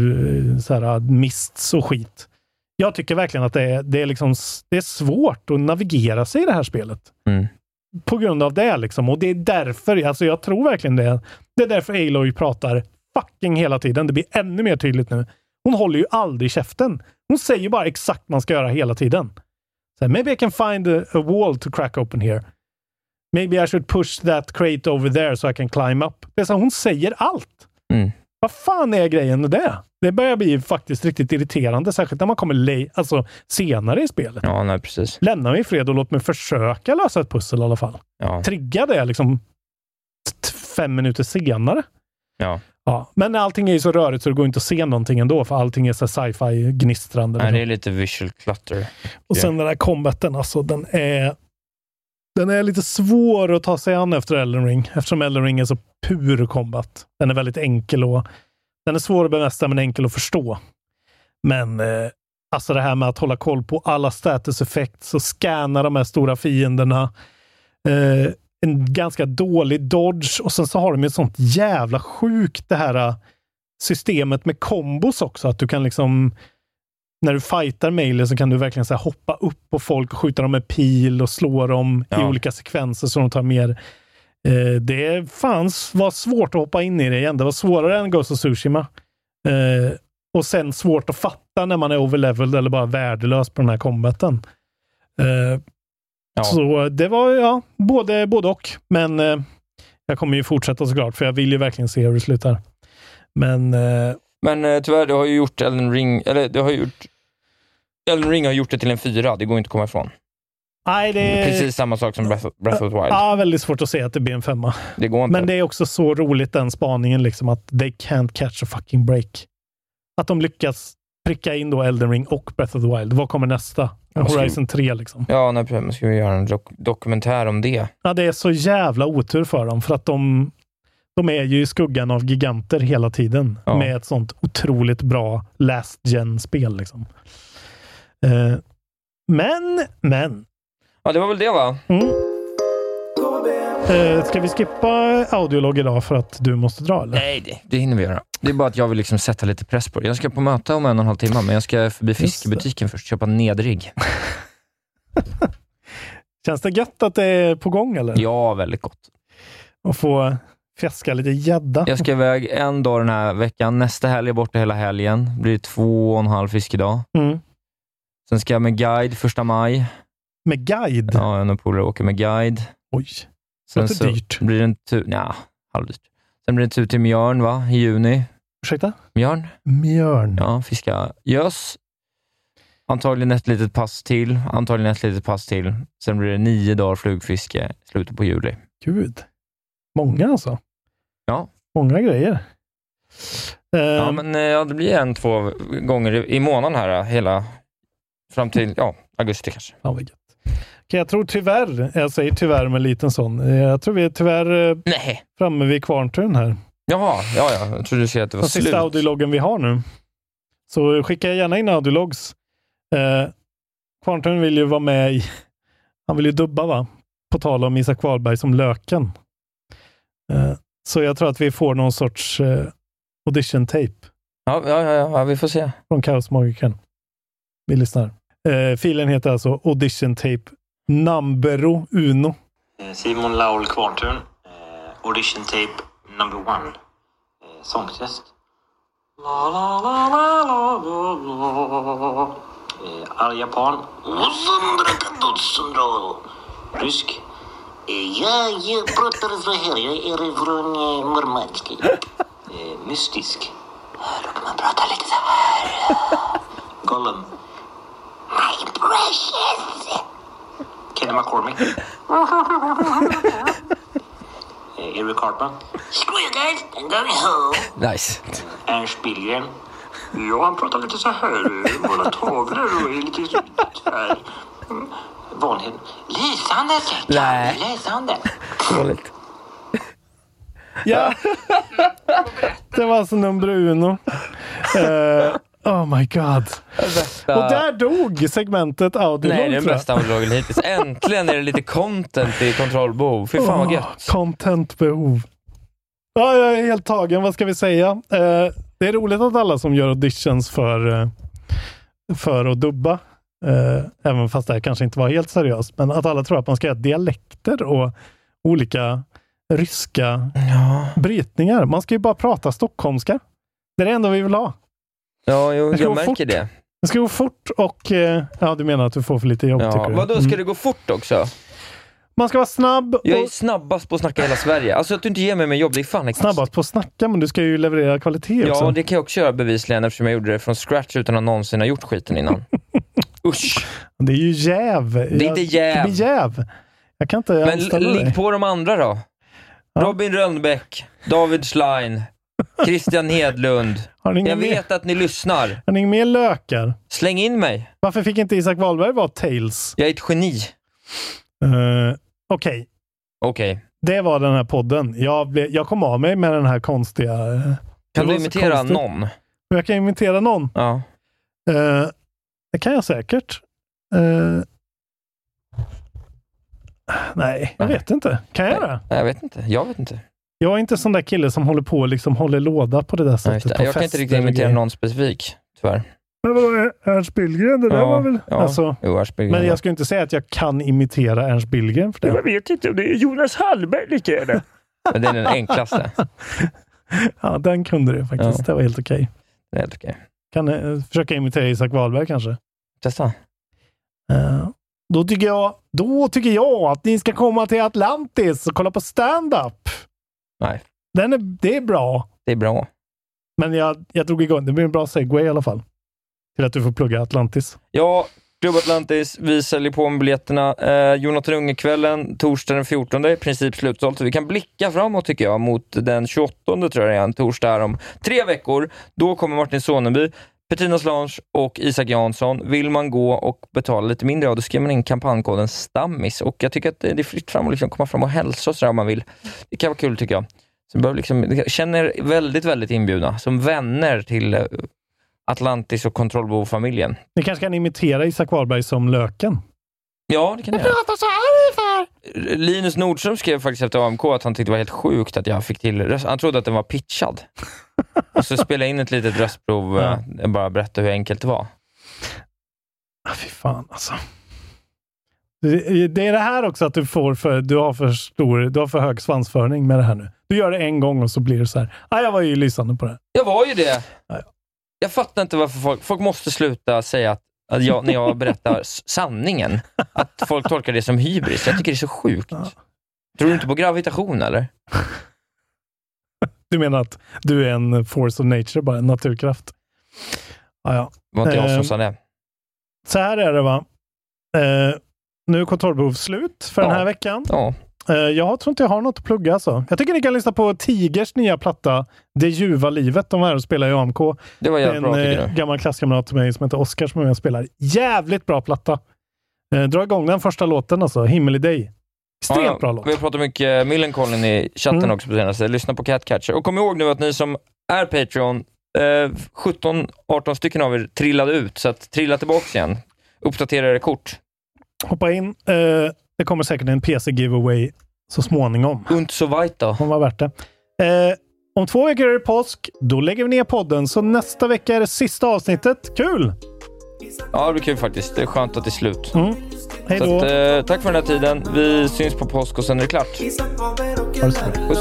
så här, mists och skit. Jag tycker verkligen att det är, det är, liksom, det är svårt att navigera sig i det här spelet. Mm. På grund av det liksom. Och det är därför, alltså jag tror verkligen det. Det är därför Aloy pratar fucking hela tiden. Det blir ännu mer tydligt nu. Hon håller ju aldrig käften. Hon säger bara exakt vad man ska göra hela tiden. Så, maybe I can find a, a wall to crack open here. Maybe I should push that crate over there so I can climb up. Det är så, hon säger allt. Mm. Vad fan är grejen med det? Det börjar bli faktiskt riktigt irriterande. Särskilt när man kommer le- alltså, senare i spelet. Ja, nej, precis. Lämna mig i fred och låt mig försöka lösa ett pussel i alla fall. Ja. Trigga det liksom t- fem minuter senare. Ja. Ja, men allting är ju så rörigt så det går inte att se någonting ändå, för allting är så sci-fi gnistrande. Nej, det är lite visual clutter. Och sen den där combaten, alltså, den är den är lite svår att ta sig an efter Elden Ring, eftersom Elden Ring är så pur combat. Den är väldigt enkel och den är svår att bemästra men enkel att förstå. Men eh, alltså det här med att hålla koll på alla status effects och scanna de här stora fienderna. Eh, en ganska dålig dodge och sen så har de ju ett sånt jävla sjukt det här systemet med kombos också, att du kan liksom när du fightar Melee så kan du verkligen så här hoppa upp på folk och skjuta dem med pil och slå dem ja. i olika sekvenser så de tar mer. Eh, det fanns var svårt att hoppa in i det igen. Det var svårare än Ghost of Tsushima. Eh, och sen svårt att fatta när man är overleveled eller bara värdelös på den här combaten. Eh, Ja. Så det var ja, både, både och. Men eh, jag kommer ju fortsätta såklart, för jag vill ju verkligen se hur det slutar. Men eh, Men eh, tyvärr, du har ju gjort Elden Ring, eller du har gjort Elden Ring har gjort det till en fyra, det går inte att komma ifrån. Nej, det är precis samma sak som Breath of, Breath of the Wild. Ja, väldigt svårt att se att det blir en femma. Det går inte. Men det är också så roligt den spaningen liksom, att they can't catch a fucking break. Att de lyckas pricka in då Elden Ring och Breath of the Wild. Vad kommer nästa? Horizon tre liksom. Ja, nej, man ska ju göra en dok- dokumentär om det. Ja, det är så jävla otur för dem, för att de, de är ju i skuggan av giganter hela tiden ja. med ett sånt otroligt bra last gen-spel liksom. Uh, men, men. Ja, det var väl det va? Mm. Uh, ska vi skippa audiolog idag för att du måste dra eller? Nej, det, det hinner vi göra. Det är bara att jag vill liksom sätta lite press på det. Jag ska på möte om en och en halv timme, men jag ska förbi fiskebutiken först. Köpa en nedrigg. Känns det gött att det är på gång eller? Ja, väldigt gott. Och få fiska lite gädda. Jag ska iväg en dag den här veckan. Nästa helg är borta hela helgen. Blir det två och en halv fiskedag. Mm. Sen ska jag med guide första maj. Med guide? Ja, en polare åker med guide. Oj. Sen så dyrt. Blir det en tur... Nja, halvdyrt. Sen blir det en tur till Mjörn va? I juni. Ursäkta? Mjörn. Mjörn. Ja, fiska gös. Antagligen ett litet pass till. Antagligen ett litet pass till. Sen blir det nio dagar flugfiske i slutet på juli. Gud. Många alltså. Ja. Många grejer. Ja, men ja, det blir en, två gånger i, i månaden här. Hela fram till, ja, augusti kanske. Ja, vad gött. Okay, jag tror tyvärr, jag säger tyvärr med en liten sån. Jag tror vi är tyvärr Nej. framme vid Kvarntun här. Jaha, ja, ja. Jag trodde du säger att det var den slut. Sista audiologgen vi har nu. Så skicka gärna in audiologs. Eh, Kvarntun vill ju vara med i, han vill ju dubba va? På tal om Isak Wahlberg som Löken. Eh, så jag tror att vi får någon sorts eh, audition tape. Ja, ja, ja, ja, vi får se. Från Kaosmagiken. Vi lyssnar. Eh, filen heter alltså audition tape Numbero Uno. Simon Laul Kvarntun. Eh, audition tape number one. Eh, sångtest. La la la la la la la. Eh, all japan. Rysk. Eh, ja, jag pratar så här. Jag är från eh, Murmansk. Eh, mystisk. Han pratar lite så här. Gollum. My precious. Kenny McCormick. Eric Cartman. Squidward, I'm going home. Nice. Ernst Billgren. Ja, han pratar lite så här. Måla tavlor och är lite så här. Mm. Vanligt. Lysande, Nej. Lysande. Dåligt. Ja. Det var alltså nummer uno. Uh, oh my god. Bästa... Och där dog segmentet audio. Nej, det är den bästa audiologen hittills. Äntligen är det lite content i kontrollbehov. Fy fan vad gött. Oh, contentbehov. Ja, jag är helt tagen. Vad ska vi säga? Uh, det är roligt att alla som gör auditions för, uh, för att dubba, uh, även fast det här kanske inte var helt seriöst, men att alla tror att man ska ha dialekter och olika ryska ja. brytningar. Man ska ju bara prata stockholmska. Det är det enda vi vill ha. Ja, jo, jag märker fort. det. Det ska gå fort och ja, du menar att du får för lite jobb, ja. tycker du? Vadå, ska mm. det gå fort också? Man ska vara snabb. Och... Jag är snabbast på att snacka hela Sverige. Alltså att du inte ger mig med jobb, det är fan exakt. Snabbast på att snacka, men du ska ju leverera kvalitet också. Ja, det kan jag också göra bevisligen eftersom jag gjorde det från scratch utan att någonsin ha gjort skiten innan. Usch. Det är ju jäv. Det är inte jäv. Det blir jäv. Jag kan inte Men ligg på de andra då. Ja. Robin Rönnbäck, David Schlein, Christian Hedlund. Jag mer? vet att ni lyssnar. Har ni mer lökar? Släng in mig. Varför fick inte Isak Wahlberg vara Tails? Jag är ett geni. Uh, Okej. Okay. Okej. Okay. Det var den här podden. Jag, blev, jag kom av mig med den här konstiga... Kan du imitera konstigt. någon? Jag kan imitera någon? Ja. Uh, det kan jag säkert. Uh, nej, jag vet inte. Kan jag det? Nej, jag vet inte. Jag vet inte. Jag är inte sån där kille som håller på och liksom håller låda på det där sättet. Nej, jag kan inte riktigt imitera någon specifik, tyvärr. Men vad var det? Ernst Billgren? Det där ja, var väl... Ja, alltså, jo, Ernst Billgren. Men jag skulle inte säga att jag kan imitera Ernst Billgren för det. Jag vet inte om det är Jonas Hallberg lika gärna. Men det är den enklaste. Ja, den kunde du faktiskt. Ja. Det var helt okej. Okay. Det är helt okej. Okay. Kan jag försöka imitera Isak Wahlberg kanske? Testa. Uh, då, tycker jag, då tycker jag att ni ska komma till Atlantis och kolla på stand-up. Nej. Den är, det är bra. Det är bra. Men jag, jag drog igång. Det blir en bra segway i alla fall. Till att du får plugga Atlantis. Ja, Klubb Atlantis. Vi säljer på med biljetterna. Eh, Jonathan Unge-kvällen, torsdag den fjortonde. I princip slutsålt. Så vi kan blicka framåt tycker jag. Mot den tjugoåttonde tror jag det är. En torsdag här om tre veckor. Då kommer Martin Soneby, Petrina Slange och Isak Jansson. Vill man gå och betala lite mindre, då skriver man in kampankoden Stammis. Och jag tycker att det är fritt fram att liksom komma fram och hälsa och sådär om man vill. Det kan vara kul tycker jag. Så behöver liksom, känner väldigt, väldigt inbjudna. Som vänner till Atlantis och Kontrollbehov-familjen. Ni kanske kan imitera Isak Wahlberg som Löken? Ja, det kan jag. Jag pratar så här ungefär. Linus Nordström skrev faktiskt efter A M K att han tyckte det var helt sjukt att jag fick till röst. Han trodde att den var pitchad. Och så spelade jag in ett litet röstprov. Ja. Jag bara berättade hur enkelt det var. Ah, fy fan alltså. Det, det är det här också att du får för, du har för stor, du har för hög svansförning med det här nu. Du gör det en gång och så blir det så här. Ah, jag var ju lysande på det. Jag var ju det. Ah, ja. Jag fattar inte varför folk, folk måste sluta säga att, att jag, när jag berättar sanningen, att folk tolkar det som hybris. Jag tycker det är så sjukt. Ja. Tror du inte på gravitation eller? Du menar att du är en force of nature, bara en naturkraft? Ah, ja. Var inte jag eh, som sa det? Så här är det va? Eh, nu är Kontrollbehov slut för ja. den här veckan. Ja. Eh, jag tror inte jag har något att plugga alltså. Jag tycker ni kan lyssna på Tigers nya platta Det ljuva livet. De här och spelar i A M K. Det var jävligt en, bra tycker eh, du. gammal klasskamrat till mig som heter Oskar som jag spelar. Jävligt bra platta. Eh, dra igång den första låten alltså. Himmel i dig. Extremt ja, bra låt. Vi har pratat mycket Millencolin i chatten mm. också på senaste. Lyssna på Catcatcher. Och kom ihåg nu att ni som är Patreon, eh, sjutton arton stycken av er trillade ut. Så att trilla tillbaka igen. Uppdatera era kort. Hoppa in. Eh, det kommer säkert en P C-giveaway så småningom. Und so weiter. Det var värt det. Eh, om två veckor är det påsk. Då lägger vi ner podden. Så nästa vecka är det sista avsnittet. Kul! Ja, det blir kul faktiskt. Det är skönt att det är slut. Mm. Hej då. Så att, eh, tack för den här tiden. Vi syns på påsk och sen är det klart. Puss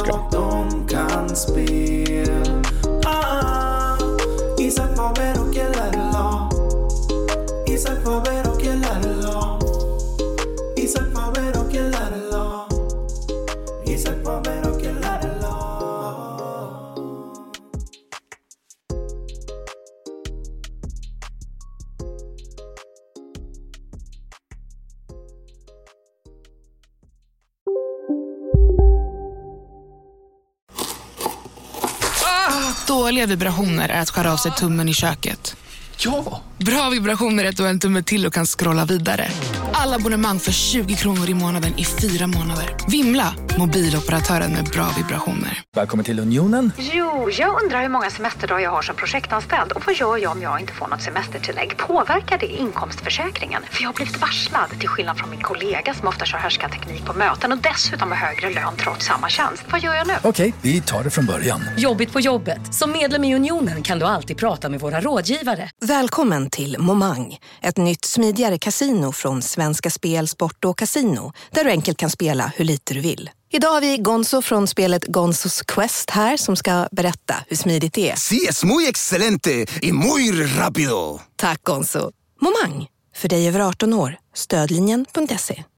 Dåliga vibrationer är att skära av sig tummen i köket. Ja! Bra vibrationer är att du har en tumme till och kan scrolla vidare. Alla abonnemang för tjugo kronor i månaden i fyra månader. Vimla, mobiloperatören med bra vibrationer. Välkommen till Unionen. Jo, jag undrar hur många semesterdagar jag har som projektanställd. Och vad gör jag om jag inte får något semestertillägg? Påverkar det inkomstförsäkringen? För jag har blivit varslad, till skillnad från min kollega som ofta kör härskarteknik på möten och dessutom har högre lön trots samma tjänst. Vad gör jag nu? Okej, vi tar det från början. Jobbigt på jobbet. Som medlem i Unionen kan du alltid prata med våra rådgivare. Välkommen till Momang, ett nytt smidigare kasino från Svenska Spel, Sport och Casino, där du enkelt kan spela hur lite du vill. Idag har vi Gonzo från spelet Gonzos Quest här som ska berätta hur smidigt det är. Sí, es muy excelente y muy rápido. Tack Gonzo. Momang, för dig över arton år. Stödlinjen punkt se.